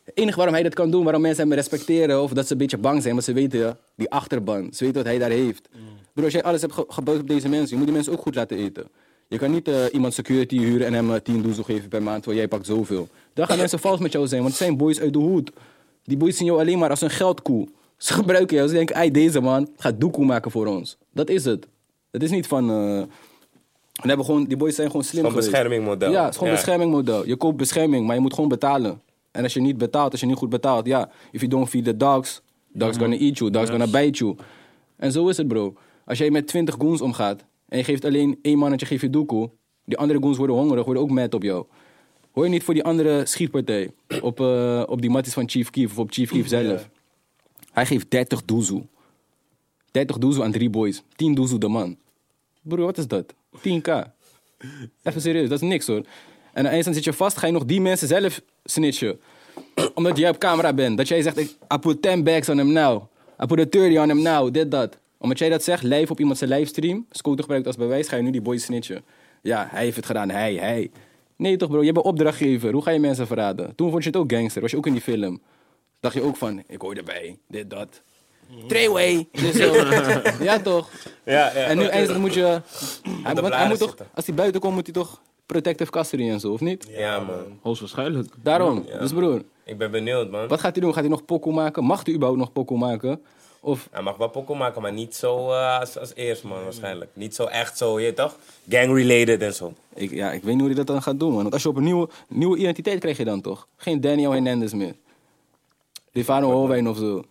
Het enige waarom hij dat kan doen, waarom mensen hem respecteren of dat ze een beetje bang zijn, want ze weten die achterban, ze weten wat hij daar heeft. Bro, als jij alles hebt gebouwd op deze mensen, je moet die mensen ook goed laten eten. Je kan niet iemand security huren en hem 10 doezel geven per maand, terwijl jij pakt zoveel. Dan gaan mensen vals met jou zijn, want het zijn boys uit de hoed. Die boys zien jou alleen maar als een geldkoe. Ze gebruiken jou, ze denken, deze man gaat doekoe maken voor ons. Dat is het. Het is niet van... we hebben gewoon, die boys zijn gewoon slim Gewoon geweest. beschermingmodel. Ja, het is gewoon beschermingmodel. Je koopt bescherming, maar je moet gewoon betalen. En als je niet betaalt, als je niet goed betaalt, ja, if you don't feed the dogs gonna eat you, dogs gonna bite you. En zo is het, bro. Als jij met 20 goons omgaat en je geeft alleen één mannetje, geef je doekoe, die andere goons worden hongerig, worden ook mad op jou. Hoor je niet voor die andere schietpartij op die matties van Chief Keef of op Chief Keef zelf. Hij geeft 30 doezoe. 30 doezoe aan 3 boys. 10 doezoe de man. Bro, wat is dat? 10k. Even serieus, dat is niks hoor. En aan dan zit je vast, ga je nog die mensen zelf snitchen. Omdat jij op camera bent. Dat jij zegt, I put 10 bags on him now. I put a 30 on him now. Dit, dat. Omdat jij dat zegt, live op iemand zijn livestream. Scooter gebruikt als bewijs, ga je nu die boys snitchen. Ja, hij heeft het gedaan, hij. Nee toch bro, je bent opdrachtgever. Hoe ga je mensen verraden? Toen vond je het ook gangster, was je ook in die film. Dacht je ook van, ik hoor erbij, dit, dat. Treyway. Dus zo. Ja toch? Ja, En nu eindelijk moet je... Hij blaren moet toch, zitten. als hij buiten komt, moet hij toch protective custody en zo, of niet? Ja, man. Hoogstwaarschijnlijk. Daarom. Ja. Dus broer, Ik ben benieuwd, man. wat gaat hij doen? Gaat hij nog pokoe maken? Mag hij überhaupt nog pokoe maken? Of... Hij mag wel pokoe maken, maar niet zo als eerst, man, waarschijnlijk. Niet zo echt zo, je weet toch? Gang-related en zo. Ik weet niet hoe hij dat dan gaat doen, man. Want als je op een nieuwe identiteit krijg je dan toch? Geen Daniel Hernandez meer. Stefano Holwijn of zo.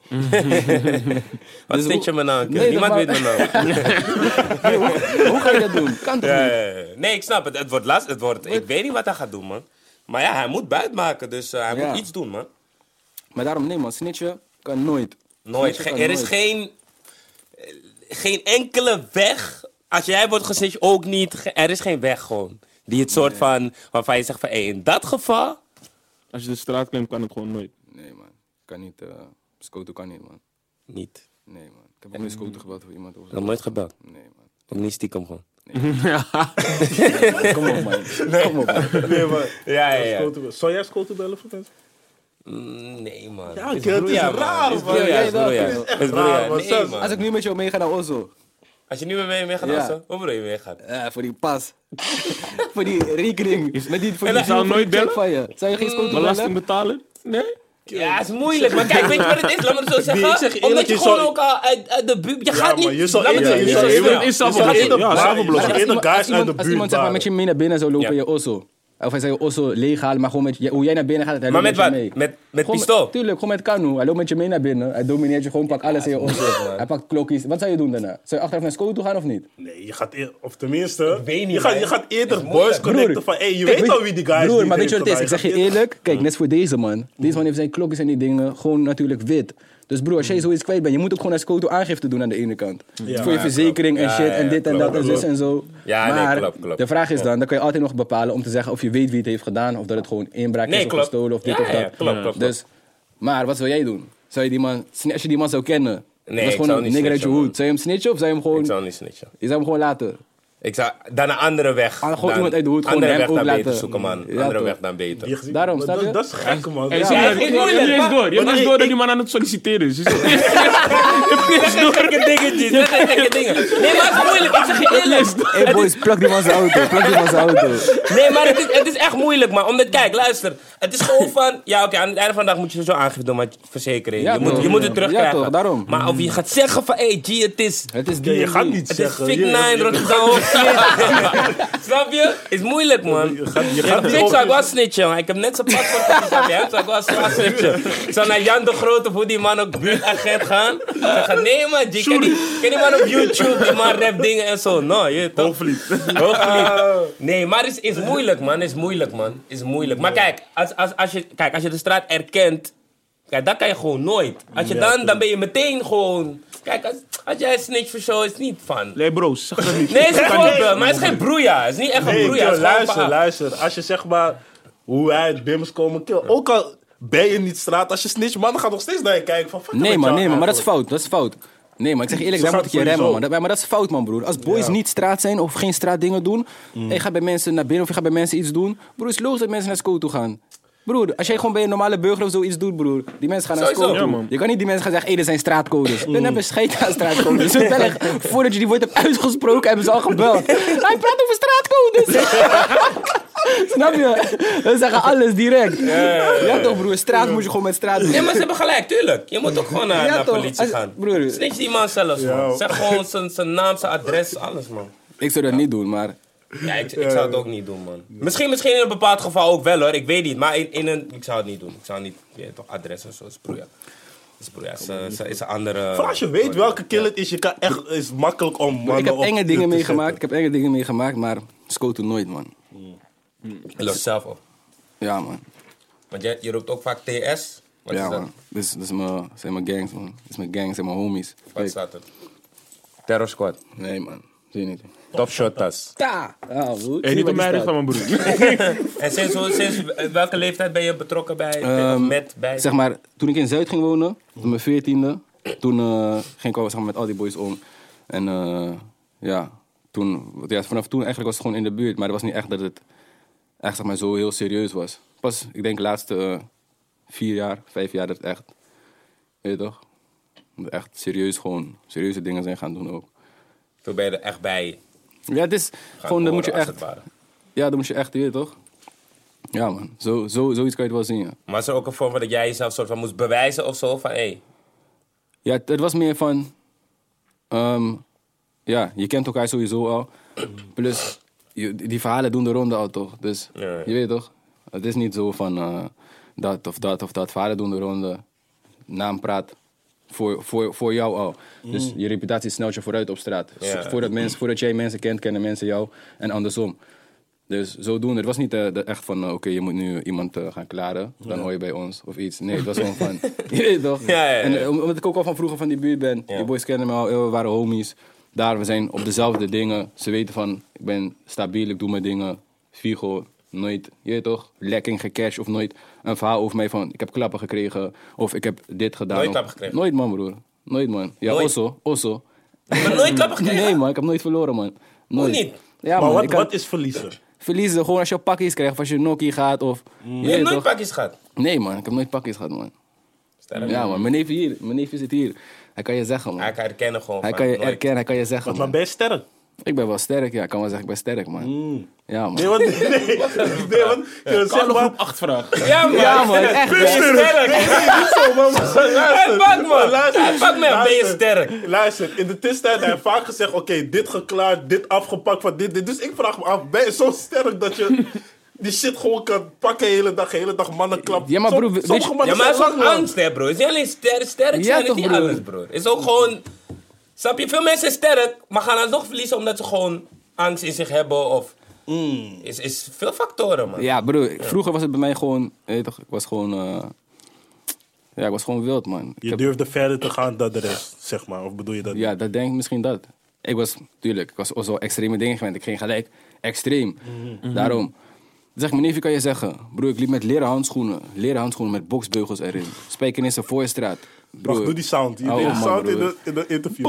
Wat Dus vind je me nou? Nee, Niemand dat weet me nou. Hoe ga je dat doen? Kan toch niet? Nee, ik snap het. Het wordt lastig. Ik weet niet wat hij gaat doen, man. Maar ja, hij moet buiten maken, dus hij Ja. moet iets doen, man. Maar daarom, nee man, snitchen kan nooit. Nooit. Snitchen kan Er is nooit. geen enkele weg. Als jij wordt gesnitcht, ook niet. Er is geen weg gewoon. Die het soort van, waarvan je zegt van, in dat geval... Als je de straat klimt, kan het gewoon nooit. Nee man, kan niet. Scoto kan niet man. Niet. Nee man. Ik heb ook nooit Scoto gebeld voor iemand. Nog nooit gebeld. Nee man. Ook niet stiekem gewoon. Kom op man. Kom op man. Nee, maar... Ja. Zou jij Scoto bellen voor mensen? Nee, man. Ja, Is het is broeia, raar, Is man. broeia, Ja, is broeia. dat Is broeia. raar, man. Nee, Zelfs- man. Als ik nu met jou meega naar Oslo. Als je nu met mij mee gaat, Ja. hoe bedoel je meegaat? Voor die pas. Voor die rekening. Met die, voor En die hij zou voor die nooit check bellen? van je. Zou je geen Scoto Belasting bellen? betalen? Nee? Ja, het is moeilijk. Maar kijk, weet je wat het is? Laat me het zo zeggen. ik zeg je Omdat eerlijk, je je gewoon zou- ook al uit de buurt... Je gaat maar niet... je zou laat me eerder- het je zo zou zeggen. eerder- is zelf je zou wel- eerder- ja, maar- zelfverblok. maar Als eerder guys uit de als buurt iemand zeg maar, waren. met je mee naar binnen zou lopen Ja. in je Oslo. Of hij zou je Oslo leeghalen, maar gewoon hoe jij naar binnen gaat, hij Maar loopt met je wat? mee. Met Gewoon pistool? Tuurlijk, gewoon met kanu. Hij loopt met je mee naar binnen. Hij domineert je gewoon, pakt alles in je Oslo. Hij pakt klokjes. Wat zou je doen daarna? Zou je achteraf naar Scoto toe gaan of niet? Nee, je gaat of tenminste... weet niet, je gaat man. eerder Is moeilijk. boys connecten van... je Kijk, weet al wie die guys Broer, die maar weet je wat het is? Ik heeft zeg je gedaan. eerlijk. Kijk, net voor deze man. Deze man heeft zijn klokjes en die dingen gewoon natuurlijk wit. Dus broer, als jij zoiets kwijt bent, je moet ook gewoon naar Scoto aangifte doen aan de ene kant. Ja, voor je ja, verzekering en klopt. shit Ja, en ja, dit en klopt, dat en zus klopt. en zo. Ja, nee, maar klopt. de vraag is dan kan je altijd nog bepalen om te zeggen of je weet wie het heeft gedaan. Of dat het gewoon inbraak Nee, is of klopt. gestolen of dit Ja, of dat. ja, klopt. Dus, maar wat zou jij doen? Zou je die man, als je die man zou kennen, Nee, dat is ik gewoon zou een niet nigger uit je snitchen, hoed. Zou je hem snitchen of zou je hem gewoon, Ik zou niet snitchen. je zou hem gewoon laten? Ik zou dan een andere weg. Gewoon iemand uit de hoed, gewoon andere hem weg ook dan beter laten. zoeken, man. Ja, Andere toch. weg dan beter. Die gezien- Daarom, maar snap je? Dat is gek, man. Hey, Ja, zie je, het is je hebt moeilijk, niet eens maar- door. Je hebt niet eens nee, door dat ik- die man aan het solliciteren is. Dat zijn gekke dingetjes. Dat zijn gekke dingen. Nee, maar het is moeilijk. Ik zeg je eerlijk. Hey boys, plak die man zijn auto. Plak die man zijn auto. Nee, maar het is echt moeilijk, man. Omdat, kijk, luister. Het is gewoon van... Ja, oké, aan het einde van de dag moet je zo aangifte doen met verzekering. Ja, je moet toch. het terugkrijgen. Ja, toch, daarom. Maar of je gaat zeggen van... Hey, G, het is... Het is Ja, die je en gaat die. niet Het is zeggen... Fik je- 9 je- Rotterdam. Snap je? Is moeilijk, man. Je gaat Ja, niet Fik op- zou ik wel snitchen, man. Ik heb net zijn paspoort gezien. Ja, zou ik wel snitchen. Ik zou naar Jan de Groot of hoe die man ook buurtagent gaan. Ik zeg, nee, man, G, ken die man op YouTube, die man rap dingen en zo. No, je toch? Hoofdvliet. Nee, maar het is moeilijk, man. Is moeilijk. Maar kijk, als je de straat erkent, kijk, dat kan je gewoon nooit. Als je dan ben je meteen gewoon... Kijk, als jij snitch voor show, is het niet van. Nee bro, zeg dat niet. Nee, het is gewoon, maar het is geen broeia. Het is niet echt een Nee, broeia. kill, Het is gewoon van- luister. Als je zeg maar... Hoe wij het bims komen kill. Ook al ben je niet straat. Als je snitch, man, dan gaat nog steeds naar je kijken. Van, fuck Nee met man, jou maar dat is eigenlijk. fout. Dat is fout. Nee, maar ik zeg je eerlijk, Zo daar gaat moet ik je het remmen, man. sowieso. Maar dat is fout, man, broer. Als boys niet straat zijn of geen straatdingen doen... en je gaat bij mensen naar binnen of je gaat bij mensen iets doen... broer, is logisch dat mensen naar school toe gaan. Broer, als jij gewoon bij een normale burger of zoiets doet, broer. Die mensen gaan naar Sowieso. school toe. Ja, man. Je kan niet die mensen gaan zeggen, hé, dit zijn straatcodes. Dan hebben ze scheid aan straatcodes. Ze bellen, voordat je die woord hebt uitgesproken, hebben ze al gebeld. Hij praat over straatcodes. Snap je? We zeggen alles direct. Ja toch, broer. Straat moet je gewoon met straat doen. Ja, maar ze hebben gelijk, tuurlijk. Je moet ook gewoon naar toch. politie Als- gaan. broer. Snitch die man zelfs, man. Zeg gewoon zijn naam, zijn adres, alles, man. Ik zou dat niet doen, maar... Ja, ik zou het ook niet doen, man. Misschien in een bepaald geval ook wel, hoor. Ik weet niet. Maar ik zou het niet doen. Ik zou niet, je weet toch, adres en zo, sproeien. Is een andere... Vooral als je weet welke kill het is, je kan echt, is makkelijk om mannen Ik heb op enge te dingen zetten. meegemaakt. Ik heb enge dingen meegemaakt, maar scoten nooit, man. Je loopt zelf op. Ja, man. Want je roept ook vaak TS. Wat Ja, is dat? man. Dit zijn mijn gangs, man. Dit is mijn gangs en mijn homies. Wat Kijk. staat er? Terror Squad. Nee, man. Zie je niet. Top Shot Tas. Ta! Ja, broer. Hey, niet op mij richten, man, broer. En sinds welke leeftijd ben je betrokken bij? Bij? Zeg maar, toen ik in Zuid ging wonen, op mijn 14e, toen ging ik al zeg maar, met al die boys om. En vanaf toen eigenlijk was het gewoon in de buurt, maar het was niet echt dat het echt zeg maar, zo heel serieus was. Pas, ik denk de laatste 4 jaar, 5 jaar dat het echt, weet je toch? Dat echt serieus gewoon, serieuze dingen zijn gaan doen ook. Toen ben je er echt bij. Ja, het is gewoon, dan moet je horen, als echt, het ware. ja, dan moet je echt, weet je toch? Ja man, zoiets kan je het wel zien, ja. Maar is er ook een vorm van dat jij jezelf soort van moest bewijzen of zo? Van, hé, Ja, het was meer van... ja, je kent elkaar sowieso al. Plus, die verhalen doen de ronde al toch. Dus, Ja. je weet toch? Het is niet zo van dat of dat of dat. Verhalen doen de ronde. Naam praat voor jou al. Dus je reputatie snelt je vooruit op straat. Ja. Voordat jij mensen kent, kennen mensen jou. En andersom. Dus zodoende. Het was niet echt van, oké, je moet nu iemand gaan klaren. Dan hoor je bij ons of iets. Nee, het was gewoon van, je weet toch? Ja. En omdat ik ook al van vroeger van die buurt ben. Ja. Die boys kennen me al, we waren homies. Daar, we zijn op dezelfde dingen. Ze weten van, ik ben stabiel, ik doe mijn dingen. Vigo, nooit, je weet toch? Lekking gecashed of nooit een verhaal over mij van, ik heb klappen gekregen. Of ik heb dit gedaan. Nooit Of- klappen gekregen? Nooit man, broer. Nooit man. Ja, Nooit? Osso. je hebt nooit klappen gekregen? Nee man, ik heb nooit verloren man. Nooit. niet? Ja Maar man, ik kan wat is verliezen? verliezen gewoon als je pakjes krijgt of als je nokkie gaat of... Je hebt nooit pakjes gehad? Nee man, ik heb nooit pakjes gehad man. Sterk. Ja man, mijn neef zit hier. Hij kan je zeggen man. Hij kan herkennen gewoon Hij van, kan je nooit. erkennen, hij kan je zeggen Maar man. ben je sterk? Ik ben wel sterk, ja. Ik kan wel zeggen, ik ben sterk man. Ja man. Nee, want... Nee, want... Zeg Alle maar... groep 8 vraag. Ja, man. Ja man, echt Ben je man. sterk? Zo, man. Hij pakt me. Luister. Hij pakt me. Ben je Luister. sterk? Luister, in de tussentijd heb je vaak gezegd, oké, dit geklaard, dit afgepakt van dit. Dus ik vraag me af, ben je zo sterk dat je die shit gewoon kan pakken de hele dag mannen klap. Ja, maar broer, weet je- Sommige mannen Ja, maar het is zijn ook lang, man. angst, hè, bro. Het is niet alleen sterk Ja, zijn, het toch, is niet broer? alles, bro. Het is ook gewoon... Snap je? Veel mensen zijn sterk, maar gaan alsnog verliezen omdat ze gewoon angst in zich hebben of... Is veel factoren, man. Ja broer, vroeger was het bij mij gewoon, weet je toch, ik was gewoon, ja, ik was gewoon wild man. Ik Je heb- durfde verder te gaan dan de rest, zeg maar. Of bedoel je dat? Ja, dat denk ik misschien dat. Ik was zo extreme dingen gewend. Ik ging gelijk extreem. Daarom. Zeg, mijn neefje kan je zeggen. Broer, ik liep met leren handschoenen met boksbeugels erin. Spijkenissen voor je straat. Broer. Wacht, doe die sound. Je Hou deed op, de man, sound broer. in de interview.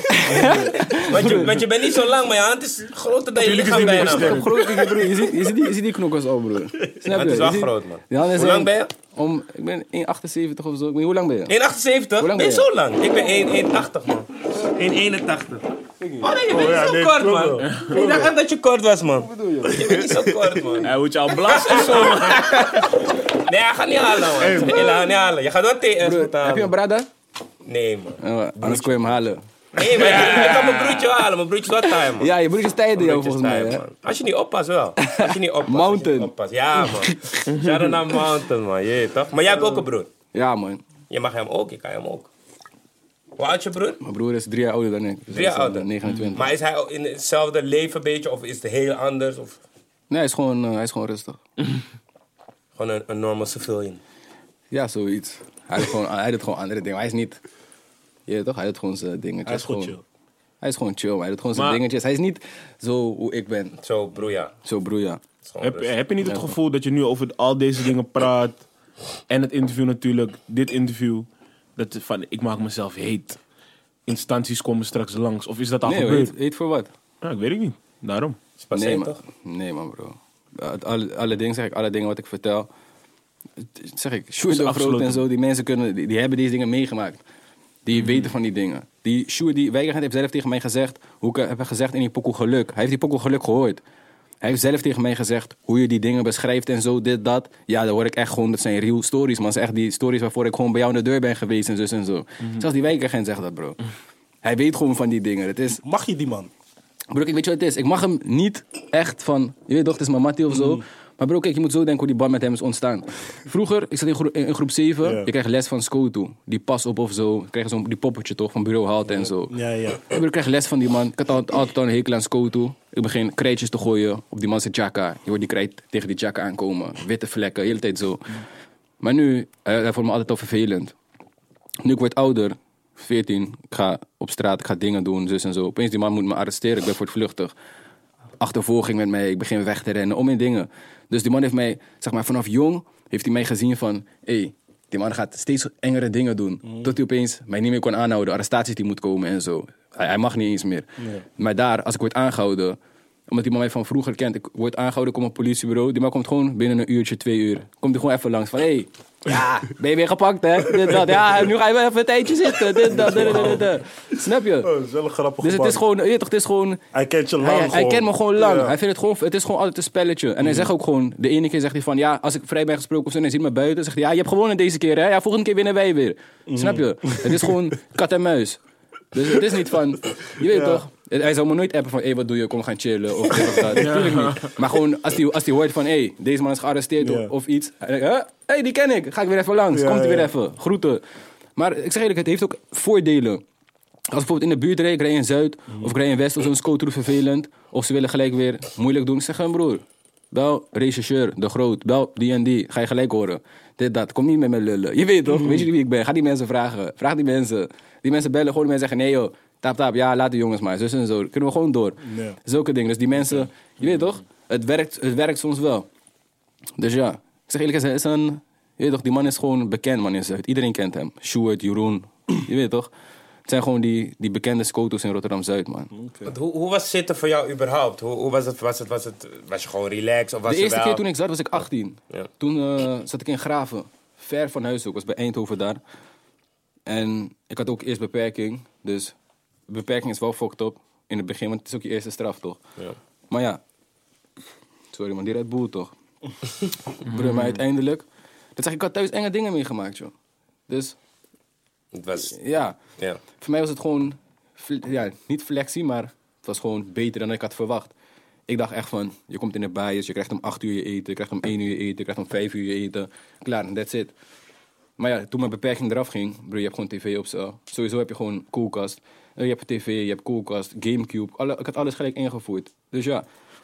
Want je bent niet zo lang, maar je hand is groter dan je lichaam bijna, Ik man. heb groot, broer. Je ziet die knokkels al, broer. Snap het is je? wel Je ziet- groot, man. Die handen Hoe zijn lang ben je? Ik ben 1,78 of zo. Ik weet niet, hoe lang ben je? 1,78? Hoe lang Ben je ben je? zo lang? Ik ben 1,80, man. 1,81. Oh nee, je bent ja, niet zo nee, kort, klopt man. wel. Ik dacht echt dat je kort was, man. Wat bedoel je? Je bent niet zo kort, man. Hij moet je al blazen of zo, man. Nee, hij gaat niet halen, man. Hij gaat niet halen. Je gaat wel TS Broer, moeten heb je halen. een brada? Nee, man. Anders kon je hem halen. Nee, maar ik kan mijn broertje wel halen. Mijn broertje is wel time, man. Ja, je broertje is tijden jou Broertje is volgens mij. time, Hè? man. Als je niet oppast, wel. Als je niet oppast. Mountain. als je niet oppast. Ja, man. Shout out naar Mountain, man. Je toch? Maar jij hebt ook een broer. Ja, man. Je mag hem ook, je kan hem ook. Hoe oud is je broer? Mijn broer is 3 jaar ouder dan ik. 3 jaar ouder. 29. Maar is hij ook in hetzelfde leven een beetje, of is het heel anders? Of Nee, hij is gewoon rustig. gewoon een normal civilian? Ja, zoiets. Hij doet gewoon andere dingen. Hij is niet... Je weet toch? Hij doet gewoon zijn dingetjes. Hij is gewoon chill. Hij is gewoon chill, maar hij doet gewoon zijn Maar- dingetjes. Hij is niet zo hoe ik ben. Zo, broer, ja. Zo broeia. Het is gewoon Heb, rustig. heb je niet het gevoel dat je nu over al deze dingen praat? En het interview natuurlijk, dit interview. Dat van, ik maak mezelf heet. Instanties komen straks langs. Of is dat al Nee, gebeurd? weet voor wat? Ja, ik weet het niet. Daarom. Is pas Nee, één, man. toch? Nee, man, bro. Alle dingen zeg ik, alle dingen wat ik vertel. zeg ik, Sjoerd de Groot afgesloten. en zo, die mensen die hebben deze dingen meegemaakt. Die weten van die dingen. Die Sjoerd, die Wijkagent heeft zelf tegen mij gezegd, hoe ik heb gezegd in die pokoe geluk. Hij heeft die pokoe geluk gehoord. Hij heeft zelf tegen mij gezegd hoe je die dingen beschrijft en zo, dit, dat. Ja, dan hoor ik echt gewoon, dat zijn real stories, man. Dat zijn echt die stories waarvoor ik gewoon bij jou aan de deur ben geweest en zo en zo. Zelfs die Wijkagent zegt dat, bro. Hij weet gewoon van die dingen. Het is, Mag je die man? bro, ik weet je wat het is? Ik mag hem niet echt van, je weet toch, het is mijn mattie of zo. Maar bro, kijk, je moet zo denken hoe die band met hem is ontstaan. Vroeger, ik zat in groep 7, Ja. je krijgt les van Scoto. Die pas op of zo. Je krijgt die poppetje toch, van bureau Halte en zo. Ja, ja. Bro, ik krijg les van die man. Ik had altijd al een hekel aan Scoto. Ik begin krijtjes te gooien op die man zijn jacka. Je hoort die krijt tegen die jacka aankomen. Witte vlekken, de hele tijd zo. Maar nu, hij vond me altijd al vervelend. Nu ik word ouder, 14, ik ga op straat, ik ga dingen doen, zus en zo. Opeens die man moet me arresteren, ik ben voortvluchtig. Achtervolging met mij, ik begin weg te rennen, om in dingen. Dus die man heeft mij, zeg maar, vanaf jong heeft hij mij gezien van, hé, die man gaat steeds engere dingen doen. Tot hij opeens mij niet meer kon aanhouden, arrestaties die moet komen en zo. Hij mag niet eens meer. Nee. Maar daar, als ik word aangehouden, omdat die man mij van vroeger kent, ik word aangehouden, kom op het politiebureau, die man komt gewoon binnen een uurtje, 2 uur. Komt hij gewoon even langs van, hé, ja, ben je weer gepakt, hè? Dit, dat. Ja, nu ga je wel even een tijdje zitten. Dit, dat. Snap je? Oh, dat is wel een grappige Dus het is gewoon, je weet toch, het is gewoon... Hij kent je lang Hij gewoon. kent me gewoon lang. Ja. Hij vindt het gewoon, het is gewoon altijd een spelletje. En hij zegt ook gewoon, de ene keer zegt hij van, ja, als ik vrij ben gesproken of zo en hij ziet me buiten, zegt hij, ja, je hebt gewonnen deze keer, hè? Ja, volgende keer winnen wij weer. Snap je? Het is gewoon kat en muis. Dus het is niet van, je weet toch? Hij zou me nooit appen van, hé, wat doe je? Kom, we gaan chillen. Of dit of dat. Natuurlijk niet. Maar gewoon, als hij hoort van, hé, deze man is gearresteerd Ja. of iets. Hij denkt, hé, die ken ik. Ga ik weer even langs. Ja, Komt hij weer ja. even. Groeten. Maar ik zeg eerlijk, het heeft ook voordelen. Als bijvoorbeeld in de buurt rijd, ik rij in Zuid of ik rij in West of zo'n scooter vervelend. Of ze willen gelijk weer moeilijk doen. Ik zeg hun broer, bel rechercheur, de Groot, bel die en die. Ga je gelijk horen. Dit, dat. Kom niet met me lullen. Je weet toch? Weet je wie ik ben? Ga die mensen vragen. Vraag die mensen. Die mensen bellen gewoon, die mensen zeggen, nee joh. Tap, ja, laat de jongens maar. Zus en zo. Kunnen we gewoon door. Ja. Zulke dingen. Dus die mensen, je weet toch? Het werkt soms wel. Dus ja. Ik zeg eerlijk, je weet toch, die man is gewoon bekend, man, in Zuid. Iedereen kent hem. Sjoerd, Jeroen. Je weet toch? Het zijn gewoon die bekende scoto's in Rotterdam-Zuid, man. Want hoe was zitten voor jou überhaupt? Hoe was het? Was je gewoon relaxed? Of was De je eerste wel... keer toen ik zat, was ik 18. Ja. Toen zat ik in Graven. Ver van huis ook. Was bij Eindhoven daar. En ik had ook eerst beperking. Dus beperking is wel fucked up in het begin. Want het is ook je eerste straf, toch? Ja. Maar ja. Sorry man, die Red Bull toch? Bro, maar uiteindelijk... Dat zeg ik had thuis enge dingen meegemaakt, joh. Dus Het was... ja, Ja. voor mij was het gewoon... Ja, niet flexie, maar het was gewoon beter dan ik had verwacht. Ik dacht echt van, je komt in de bias, je krijgt om 8 uur je eten, je krijgt om 1 uur je eten, je krijgt om 5 uur je eten. Klaar, that's it. Maar ja, toen mijn beperking eraf ging, bro, je hebt gewoon tv op zo. Sowieso heb je gewoon koelkast. Je hebt tv, je hebt koelkast, Gamecube. Ik had alles gelijk ingevoerd. Dus ja.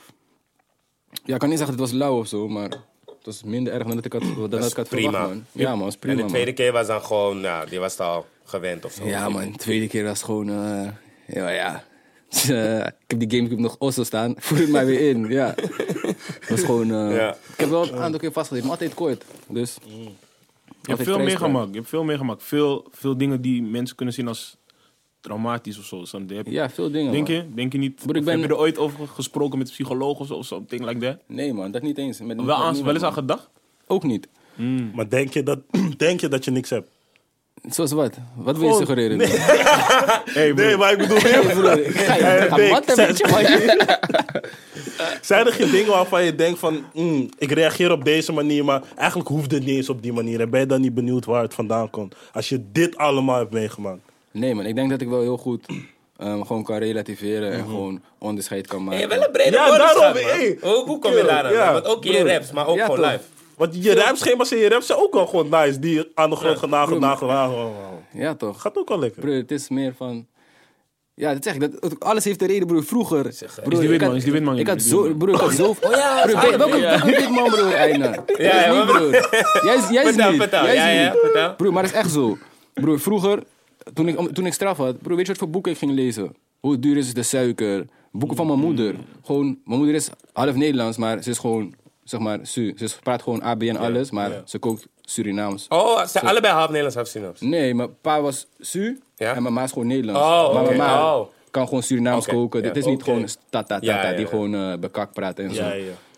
Ja, ik kan niet zeggen het was lauw of zo, maar het was minder erg dan dat ik had verwacht, man. Ja man, was prima, En de tweede keer was dan gewoon... Nou, die was het al gewend of zo. Ja man, de tweede keer was gewoon... ja. Ik heb die Gamecube nog osso staan. Voer het maar weer in, ja. Het was gewoon... Ja. Ik heb wel een aantal keer vastgezeten, maar altijd kort. Dus... Je hebt veel meegemaakt. Je hebt veel meegemaakt. Veel dingen die mensen kunnen zien als traumatisch of zo. Ja, veel dingen, Denk man. je? Denk je niet? Broer, ik Of ben- heb je er ooit over gesproken met een psycholoog of zo? Of something like that? Nee man, dat niet eens. Met Wel eens niemand, aan man. gedacht? Ook niet. Maar denk je dat je niks hebt? Zoals wat? Wat wil je Gewoon- suggereren? Nee. Hey, bro. Nee, maar ik bedoel... Hey, broer, ik ga nee, wat een ik- beetje, man. Zijn er geen dingen waarvan je denkt van... ik reageer op deze manier, maar eigenlijk hoeft het niet eens op die manier. En ben je dan niet benieuwd waar het vandaan komt? Als je dit allemaal hebt meegemaakt. Nee man, ik denk dat ik wel heel goed gewoon kan relativeren en gewoon onderscheid kan maken. Je hebt wel een brede Ja, woordenschat, daarom, man. hey. Hoe kom je daar aan? Ja, Want ook in je broer. raps, maar ook Ja, gewoon toch. live. Want je rijmschema's en je raps zijn ook wel gewoon nice. Die aan de grond genageld. Ja toch. Gaat ook wel lekker. Broer, het is meer van... Ja, dat zeg ik. Alles heeft een reden, broer. Vroeger... Broer, die ik witman, had- is die witman, Ik had is die zo... witman. Broer, ik had zo... Oh ja, broer, welke witman, broer, Eina? Ja, niet, maar- broer. Jij is niet. Vertel. Jij is Ja, niet. vertel. Broer, maar dat is echt zo. Broer, vroeger... Toen ik straf had... Broer, weet je wat voor boeken ik ging lezen? Hoe duur is de suiker? Boeken van mijn moeder. Gewoon... Mijn moeder is half Nederlands, maar ze is gewoon... Zeg maar, Su. Ze praat gewoon AB en alles, maar ze kookt Surinaams. Oh, ze zijn allebei half Nederlands, half Surinaams. Nee, mijn pa was Su Ja? en mijn ma is gewoon Nederlands. Oh, maar oké. mijn ma Oh. kan gewoon Surinaams Oké, koken. ja. Dit is niet Oké. gewoon tata Ja, ja, die ja. gewoon bekak praat en zo. Ja, ja.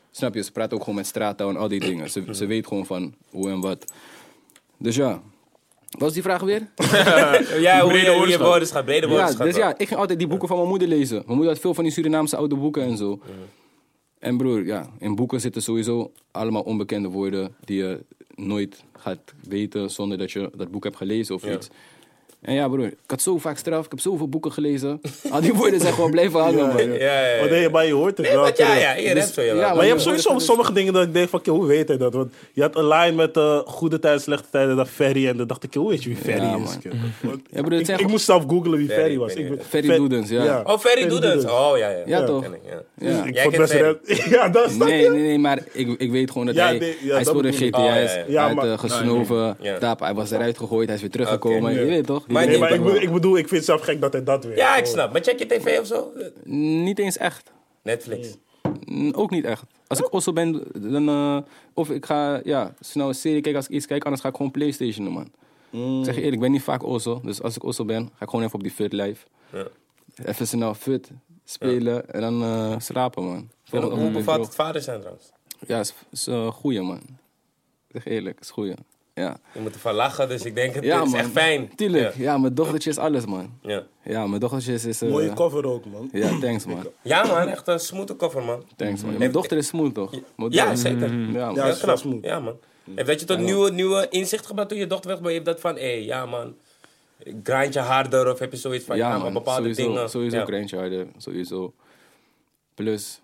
Snap je? Ze praat ook gewoon met straattaal en al die dingen. Ze weet gewoon van hoe en wat. Dus ja. Wat was die vraag weer? Ja, hoe je woordenschat, brede woordenschat. Ja, dus ja, ik ging altijd die boeken van mijn moeder lezen. Mijn moeder had veel van die Surinaamse oude boeken en zo. En broer, ja, in boeken zitten sowieso allemaal onbekende woorden die je nooit gaat weten zonder dat je dat boek hebt gelezen of iets. En ja, broer, ik had zo vaak straf, ik heb zoveel boeken gelezen. Al die woorden zijn gewoon blijven hangen, man. Ja. Oh, nee, maar je hoort het Nee, wel. maar ja, je redt zo. ja, Maar je hebt sowieso sommige dingen dat ik denk van, hoe weet hij dat? Want je had een line met goede tijden, slechte tijden, dat Ferry. En dan dacht ik, hoe weet je wie Ferry Ja, is? man. Want Ja, broer, het zijn ik moest zelf googlen wie Ferry was. Ferry Doedens, ja. Oh, Ferry Doedens. Oh, ja. Ja, toch? Ken ik, ja. Ja. Ik Jij vond kent best Ferry. Ja, dat is dat. Nee, maar ik weet gewoon dat Ja, hij... nee, ja, hij dat speelde in bedoel ik. GTS, Oh, ja. hij Ja, had gesnoven, Ja. tap, hij was eruit gegooid, hij is weer teruggekomen. Oké. Je weet toch? Die Maar dingen Nee, maar weet ik ik bedoel, ik vind het zelf gek dat hij dat weet. Ja, ik snap. Maar check je tv of zo? wel. Niet eens echt. Netflix. Ook niet echt. Als ik Osso ben, dan... of ik ga snel een serie kijken als ik iets kijk, anders ga ik gewoon PlayStation, man. Ik zeg je eerlijk, ik ben niet vaak Osso. Dus als ik Osso ben, ga ik gewoon even op die Fut live. Ja. Even snel Fut spelen en dan slapen, man. Volgende Hoe ochtend ben ik bevat droog. het vader zijn trouwens? Ja, is een goeie, man. Ik zeg eerlijk, is goeie. Ja. Je moet ervan lachen, dus ik denk het Ja, is man. echt fijn. Tuurlijk. Ja, mijn dochtertje is alles, man. Ja. Ja, mijn dochtertje is... Mooie cover ook, man. Ja, thanks, man. Ja man, echt een smooth cover man. Thanks, man. Mijn dochter is smooth, toch? Mijn Ja, dochter- zeker. Ja, man. Ja, Heel is knap. smooth. Ja man. Heeft dat je tot nieuwe inzicht gebracht toen je dochter weg was? Je hebt dat van, ja man, grind je harder of heb je zoiets van, ja, maar man. bepaalde Sowieso, dingen. sowieso Ja. grind je harder. Sowieso. Plus...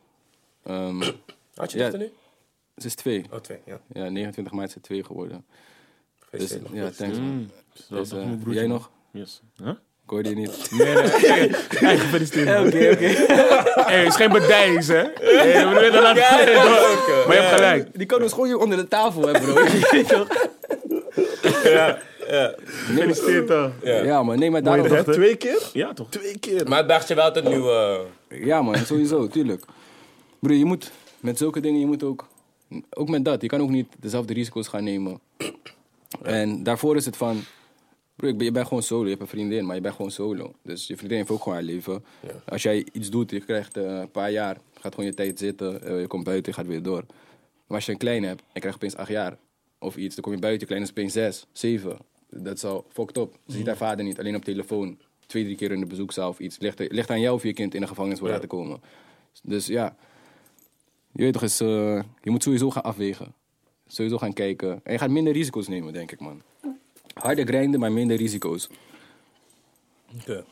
Had je Ja. dochter nu? ze is 2. Oh, 2, ja. Ja, 29 maart is ze 2 geworden. Dus, Gefeliciteerd nog. ja, thanks, man. Dat is Dus, mijn broertje. jij nog? Yes. Huh? Ik hoorde je niet. Nee. Hey, gefeliciteerd. man. Oké. Hey, het is geen badijs, hè? Hey, we willen laten maar je hebt gelijk. Die kan dus gewoon hier onder de tafel hebben, bro. Je weet toch? Gefeliciteerd, toch? Ja, man. Nee, maar daarom... Hè, 2 keer? Ja, toch? 2 keer. Maar dacht je wel tot nieuwe... Ja, man, sowieso, tuurlijk. Broer, je moet met zulke dingen, je moet ook met dat, je kan ook niet dezelfde risico's gaan nemen. En daarvoor is het van, broer, je bent gewoon solo, je hebt een vriendin, maar je bent gewoon solo. Dus je vriendin heeft ook gewoon haar leven. Ja. Als jij iets doet, je krijgt een paar jaar, gaat gewoon je tijd zitten, je komt buiten, je gaat weer door. Maar als je een kleine hebt en je krijgt opeens 8 jaar of iets, dan kom je buiten, je kleine is opeens 6, 7. Dat is al fucked up. Ze ziet haar vader niet, alleen op telefoon. 2-3 keer in de bezoekzaal of iets. Ligt aan jou of je kind in de gevangenis wordt laten komen. Dus ja, je weet toch eens, je moet sowieso gaan afwegen. Sowieso gaan kijken. En je gaat minder risico's nemen, denk ik, man. Harder grinden, maar minder risico's. Oké.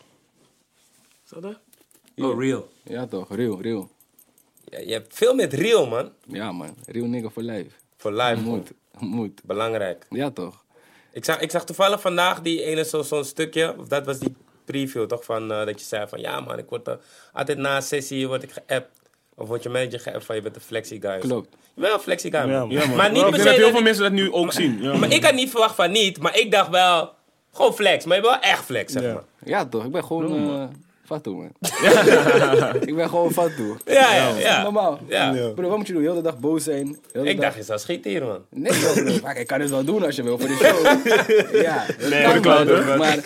Is dat er? Oh, real. Ja toch, real. Ja, je hebt veel met real, man. Ja, man. Real nigga for life. Voor live, man. Moet. Belangrijk. Ja toch. Ik zag toevallig vandaag die ene zo'n stukje, of dat was die preview toch, van dat je zei van, ja man, ik word altijd na een sessie word ik geappt. Of word je manager geappt van, je bent een flexie guy. Klopt. Je bent wel een flexie guy, man. Ja, man. Ja, man. Maar niet ik per denk dat se heel dat veel mensen dat nu ook zien. Ja, Maar ik had niet verwacht van niet, maar ik dacht wel, gewoon flex. Maar je bent wel echt flex, zeg Ja. maar. Ja toch, ik ben gewoon fatou, man. Ik ben gewoon fatou. Ja. Normaal. Ja. Ja. Bro, wat moet je doen? Heel de dag boos zijn. Heel de Ik dag- dacht, je zou schieten hier, man. Nee, bro. Maar ik kan het wel doen als je wil voor de show. Ja, dat Nee, kan voor de cloud, wel, hè? maar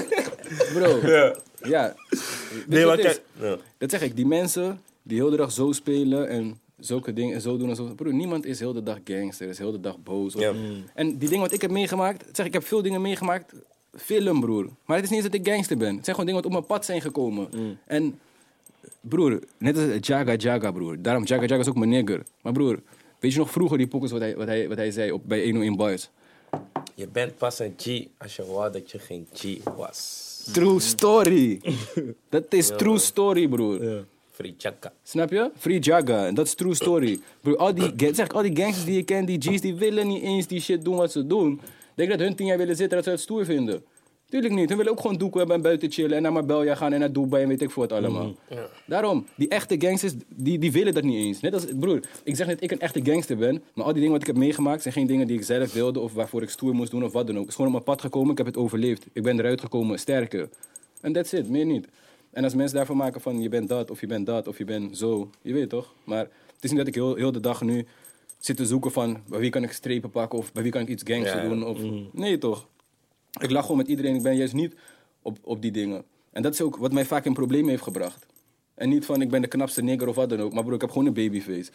bro, ja. Weet Nee, je maar wat het is? kijk. Ja. Dat zeg ik, die mensen die heel de dag zo spelen en zulke dingen en zo doen en zo. Bro, niemand is heel de dag gangster, is heel de dag boos. Of- Ja. En die dingen wat ik heb meegemaakt, zeg ik heb veel dingen meegemaakt, film broer. Maar het is niet eens dat ik gangster ben. Het zijn gewoon dingen wat op mijn pad zijn gekomen. En broer, net als Jaga broer. Daarom Jaga is ook mijn nigger. Maar broer, weet je nog vroeger die pokkers wat hij zei bij 101 Bars? Je bent pas een G als je wou dat je geen G was. True story. Dat is true story, broer. Ja. Free chaka. Snap je? Free Jaga. En dat is true story. Bro, al die gangsters die je kent, die G's, die willen niet eens die shit doen wat ze doen. Denk dat hun 10 jaar willen zitten, dat ze het stoer vinden. Tuurlijk niet. Hun willen ook gewoon doeken hebben en buiten chillen. En naar Marbella gaan en naar Dubai en weet ik veel wat allemaal. Daarom, die echte gangsters, die willen dat niet eens. Net als, broer, ik zeg net dat ik een echte gangster ben. Maar al die dingen wat ik heb meegemaakt zijn geen dingen die ik zelf wilde. Of waarvoor ik stoer moest doen of wat dan ook. Het is gewoon op mijn pad gekomen, ik heb het overleefd. Ik ben eruit gekomen, sterker. En that's it, meer niet. En als mensen daarvan maken van je bent dat of je bent dat of je bent zo. Je weet toch? Maar het is niet dat ik heel de dag nu zit te zoeken van bij wie kan ik strepen pakken of bij wie kan ik iets gangster Ja. doen. Of, nee toch? Ik lach gewoon met iedereen. Ik ben juist niet op die dingen. En dat is ook wat mij vaak in problemen heeft gebracht. En niet van ik ben de knapste nigger of wat dan ook. Maar broer, ik heb gewoon een babyface.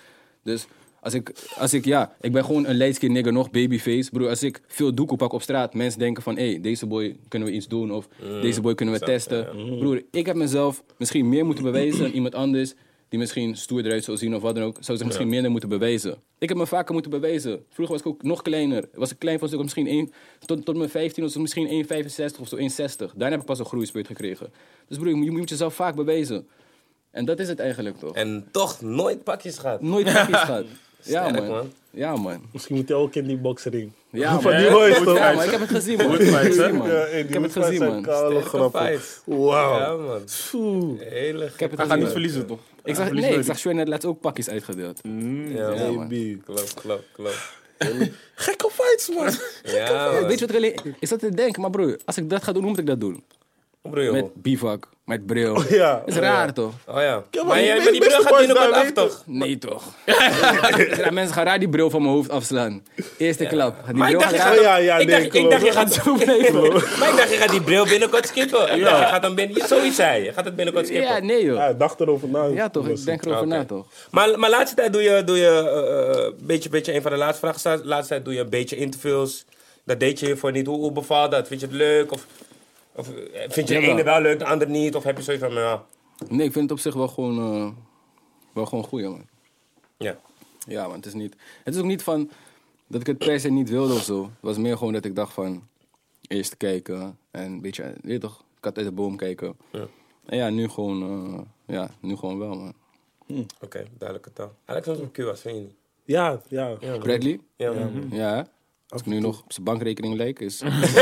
Dus ik ben gewoon een lightskin nigger nog, babyface. Broer, als ik veel doekoe pak op straat, mensen denken van, deze boy kunnen we iets doen of deze boy kunnen we testen. Broer, ik heb mezelf misschien meer moeten bewijzen dan iemand anders die misschien stoer eruit zou zien of wat dan ook, zou zich misschien minder moeten bewijzen. Ik heb me vaker moeten bewijzen. Vroeger was ik ook nog kleiner. Was ik klein, was ik misschien tot mijn 15 was ik misschien 1,65 of zo, 1,60. Daarna heb ik pas een groeispurt gekregen. Dus broer, je moet jezelf vaak bewijzen. En dat is het eigenlijk toch? En toch nooit pakjes gehad. Nooit pakjes gehad. Ja, Sterk, man. Ja, man. Misschien moet hij ook in die boxring. Ja, Van man. die boys, toch? Ja, maar ik heb het gezien, man. Ik heb het gezien, man. Kale grappen. Fight. Wauw. Ja, man. Hele Ik heb het Hij gaat gezien. niet verliezen, toch? Ik zag Shway net laatst ook pakjes uitgedeeld. Ja, Ja, man. Baby. Klopt. Gekke fights, man. Ja, man. Weet je wat ik alleen... Ik zat te denken, maar broer, als ik dat ga doen, hoe moet ik dat doen? Broer, Met bivak, met bril. Ja. Is raar, toch? Oh ja. maar Maar die die bril beste gaat boys binnenkort daar af, weten. toch? Nee, toch? Ja, mensen gaan raar die bril van mijn hoofd afslaan. Eerste klap. Die Maar ik bril dacht, gaat je raar. gaat... Ik dacht, je gaat zo blijven. Maar ik dacht, je gaat die bril binnenkort skippen. Ik dacht, je gaat dan zoiets zei je. Je gaat het binnenkort skippen. Ja, nee, joh. Ja, ik dacht erover na. Ja, toch? Ik denk erover na, toch? Maar laatste tijd doe je beetje een van de laatste vragen. Laatste tijd doe je een beetje interviews. Dat deed je hiervoor niet. Hoe bevalt dat? Vind je het leuk? Of vind je de ene wel leuk, de andere niet? Of heb je zoiets van, ja... Nee, ik vind het op zich wel gewoon goed, man. Ja. Ja, man, het is ook niet van dat ik het per se niet wilde of zo. Het was meer gewoon dat ik dacht van eerst kijken en een beetje, weet je toch, kat uit de boom kijken. Ja. En ja, nu gewoon wel, man. Oké, duidelijke taal. Alex was op Q was, vind je niet? Ja. Bradley? Ja, Ja. Als ik nu nog op zijn bankrekening leek, is...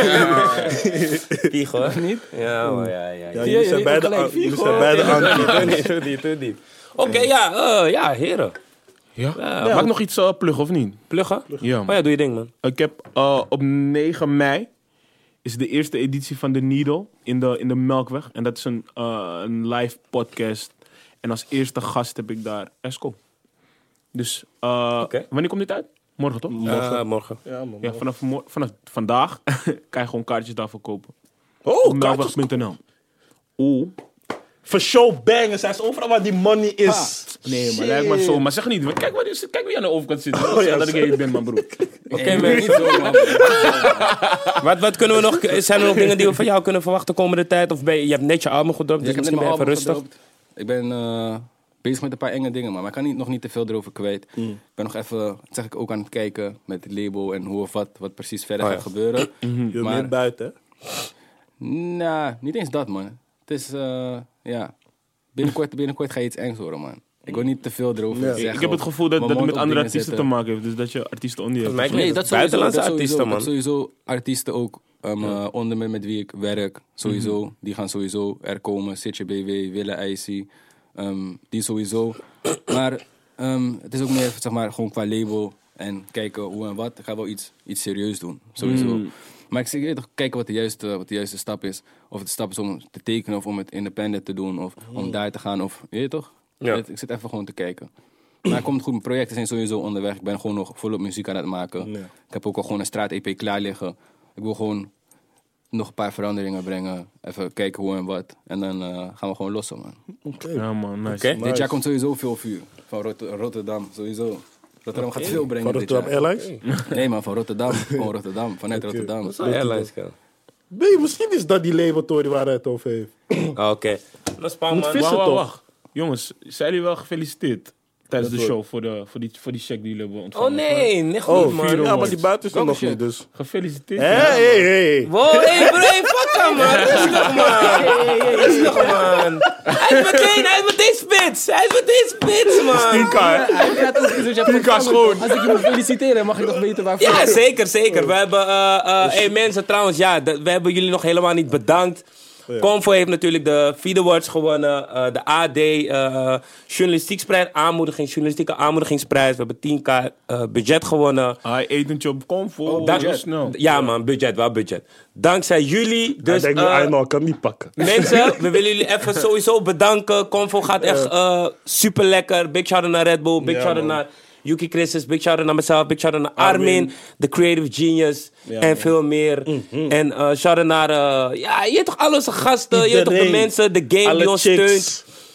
Pieg hoor. Niet? Ja, maar ja. Ja, jullie zijn beide Te diep. Oké, ja, heren. Ja. Mag ik nog iets pluggen of niet? Pluggen? Ja. Oh ja, doe je ding, man. Ik heb op 9 mei is de eerste editie van The Needle in de Melkweg. En dat is een live podcast. En als eerste gast heb ik daar Esco. Dus wanneer komt dit uit? Morgen toch? Morgen. Ja, man. Ja, vanaf vandaag kan je gewoon kaartjes daarvoor kopen. Oh, Op kaartjes. melkweg.nl. Oeh. For show bangers. Hij is overal waar die money is. Nee, maar lijkt maar zo. Maar zeg niet. Kijk wie aan de overkant zit. Ja, dat ik hier ben, man, broer. Oké, man. Niet zo, man. Wat kunnen we nog... Zijn er nog dingen die we van jou kunnen verwachten komende tijd? Of je hebt net je album gedropt, dus Ik heb net misschien mijn ben je even album rustig. gedropt. Ik ben bezig met een paar enge dingen, maar ik kan nog niet te veel erover kwijt. Ik ben nog even, dat zeg ik ook aan het kijken met het label en hoe of wat precies verder gaat gebeuren. Je bent Maar- meer buiten, hè? Nou, niet eens dat, man. Het is, ja... Binnenkort ga je iets engs horen, man. Ik wil niet te veel erover zeggen. Ik heb het of gevoel dat mijn het mond met op andere dingen artiesten te zetten. maken heeft. Dus dat je artiesten onder je hebt. Mij- Nee, dat sowieso. Buitenlandse dat artiesten, sowieso, man. dat sowieso artiesten ook onder me met wie ik werk. Sowieso. Die gaan sowieso er komen. Sitje BW, Wille IC. Die sowieso. Maar het is ook meer, zeg maar, gewoon qua label. En kijken hoe en wat. Ik ga wel iets serieus doen. Sowieso. Maar ik zeg toch kijken wat de juiste stap is. Of het stap is om te tekenen of om het independent te doen. Of om daar te gaan. Of, weet je toch? Ja. Ik zit even gewoon te kijken. Maar het komt goed. Mijn projecten zijn sowieso onderweg. Ik ben gewoon nog volop muziek aan het maken. Ja. Ik heb ook al gewoon een straat-EP klaar liggen. Ik wil gewoon nog een paar veranderingen brengen. Even kijken hoe en wat. En dan gaan we gewoon lossen, man. Ja, man, nice. Oké. Dit jaar komt sowieso veel vuur. Van Rotterdam, sowieso. Rotterdam gaat veel brengen Van dit Rotterdam jaar. Airlines? Nee, man, van Rotterdam. Gewoon Rotterdam. Vanuit Rotterdam. Airlines kan. Nee, misschien is dat die laboratorie waar hij het over heeft. Oké. Dat is spannend, Moet man. vissen. Wacht, toch? wacht. Jongens, zijn jullie wel gefeliciteerd tijdens de show voor die check die jullie hebben ontvangen? Oh nee, niet Oh, goed, man. ja, maar die buiten is er nog shit. niet, dus... Gefeliciteerd. Hé. Wow, hey bro, hey, fuck hem, man. Rustig, man. Rustig, man. Hij is meteen spits, man. 10k, hè? Hij gaat ook iets wat je hebt 10K is gewoon. Als ik je moet feliciteren, mag ik nog weten waarvoor. Ja, zeker. We hebben, hey mensen, trouwens, ja, we hebben jullie nog helemaal niet bedankt. Convo heeft natuurlijk de Feed Awards gewonnen. De AD journalistieksprijs, journalistieke aanmoedigingsprijs. We hebben 10k budget gewonnen. Hij etentje op Convo. Dank- Heel snel. Ja man, budget. Dankzij jullie. Hij Dus denkt nu, I know, ik kan niet pakken. mensen, we willen jullie even sowieso bedanken. Convo gaat echt super lekker. Big shout-out naar Red Bull. Big Ja, shout-out man. naar Yuki Christus. Big shout-out naar mezelf. Big shout-out naar Armin. The Creative Genius. En man. veel meer. En shout-out naar, ja, je hebt toch al onze gasten. Je hebt toch de Iedereen. mensen, de game Alle die ons chicks. steunt.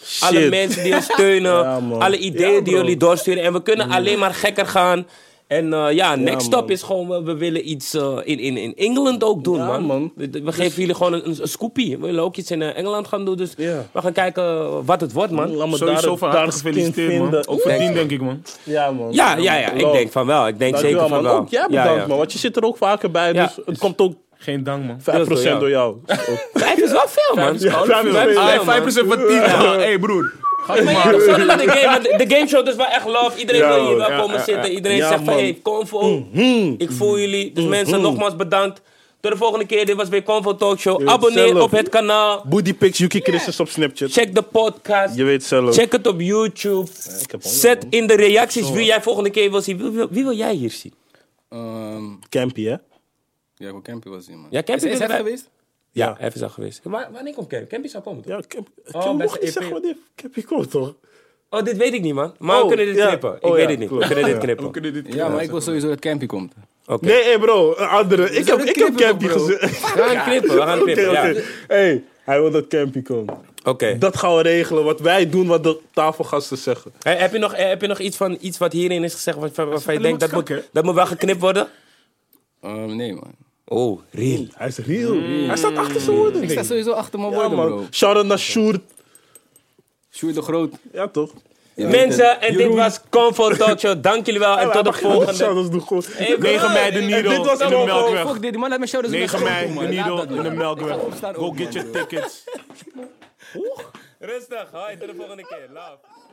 alle Shit. mensen die ons steunen, Ja, man. alle ideeën Ja, die bro. jullie doorsturen. En we kunnen alleen maar gekker gaan. En next stop man. is gewoon, we willen iets in Engeland ook doen, Ja, man. man. We geven jullie gewoon een scoopie. We willen ook iets in Engeland gaan doen, dus Ja. we gaan kijken wat het wordt, man. Laat me Sowieso van harte gefeliciteerd, man. Ook verdiend, denk ik, man. Ja, man. Ja, ik Love. denk van wel. Ik denk Dankjewel, zeker van man. wel. Ook jij Ja, bedankt, ja. man. Want je zit er ook vaker bij, Ja. dus het komt ook Geen dank, man. 5% door jou. 5 is wel veel, man. Ja, 5 is veel, man. 5% van 10. Hé, broer. Ga je Maar maar. je sorry naar de game, want de game show is wel echt love. Iedereen Ja, wil hier man. wel komen zitten. Iedereen Ja, zegt van, man. hey, Convo, ik voel jullie. Dus mensen, nogmaals bedankt. Tot de volgende keer. Dit was weer Convo Talk Show. weet Abonneer zelf. op het kanaal. Booty pics, Yuki Christus op Snapchat. Check de podcast. Je weet zelf. Check het op YouTube. Ik heb Zet in de reacties wie jij volgende keer wil zien. Wie wil jij hier zien? Campy, hè? Ja, hoe Campy was hier, man. Ja, Campy is is hij erbij. geweest? Ja, even is al geweest. Wanneer komt Campy? Campy zou komen, toch? Ja, Campy. Oh, Ik best mocht niet EP. zeggen wanneer Campy komt, toch? Oh, dit weet ik niet, man. Maar Oh, we kunnen dit ja. knippen. Ik Oh, weet ja, het niet. klopt. We kunnen dit Ja. knippen. We kunnen dit Ja, maar ik wil sowieso dat Campy komt. Oké. Nee, hey bro, een andere. Ik heb knippen Campy toch, bro? gezegd. We gaan knippen, we gaan knippen. Oké, Ja. oké. Hey, hij wil dat Campy komt. Oké. Dat gaan we regelen. Wat wij doen, wat de tafelgasten zeggen. Hey, heb je nog iets wat hierin is gezegd waarvan je denkt wat kak, dat moet wel geknipt worden? Nee, man. Oh, real. Hij is real. Hij staat achter zijn woorden. Ik sta sowieso achter mijn woorden, man. bro. Shout-out naar Sjoerd. Sjoerd de Groot. Ja, toch? Mensen, en dit was Convo Talk Show. Dank jullie wel en tot de volgende. Shout-outs doen goed. Hey, bro. 9 mei de Needle dit was in de allemaal Melkweg. Fuck dit, die man laat mijn shouders 9 mei de man. Laat Needle dat, in de man. Melkweg. Ik ga opstaan Go ook, get man, your bro. tickets. Rustig, hoi, tot de volgende keer. Love.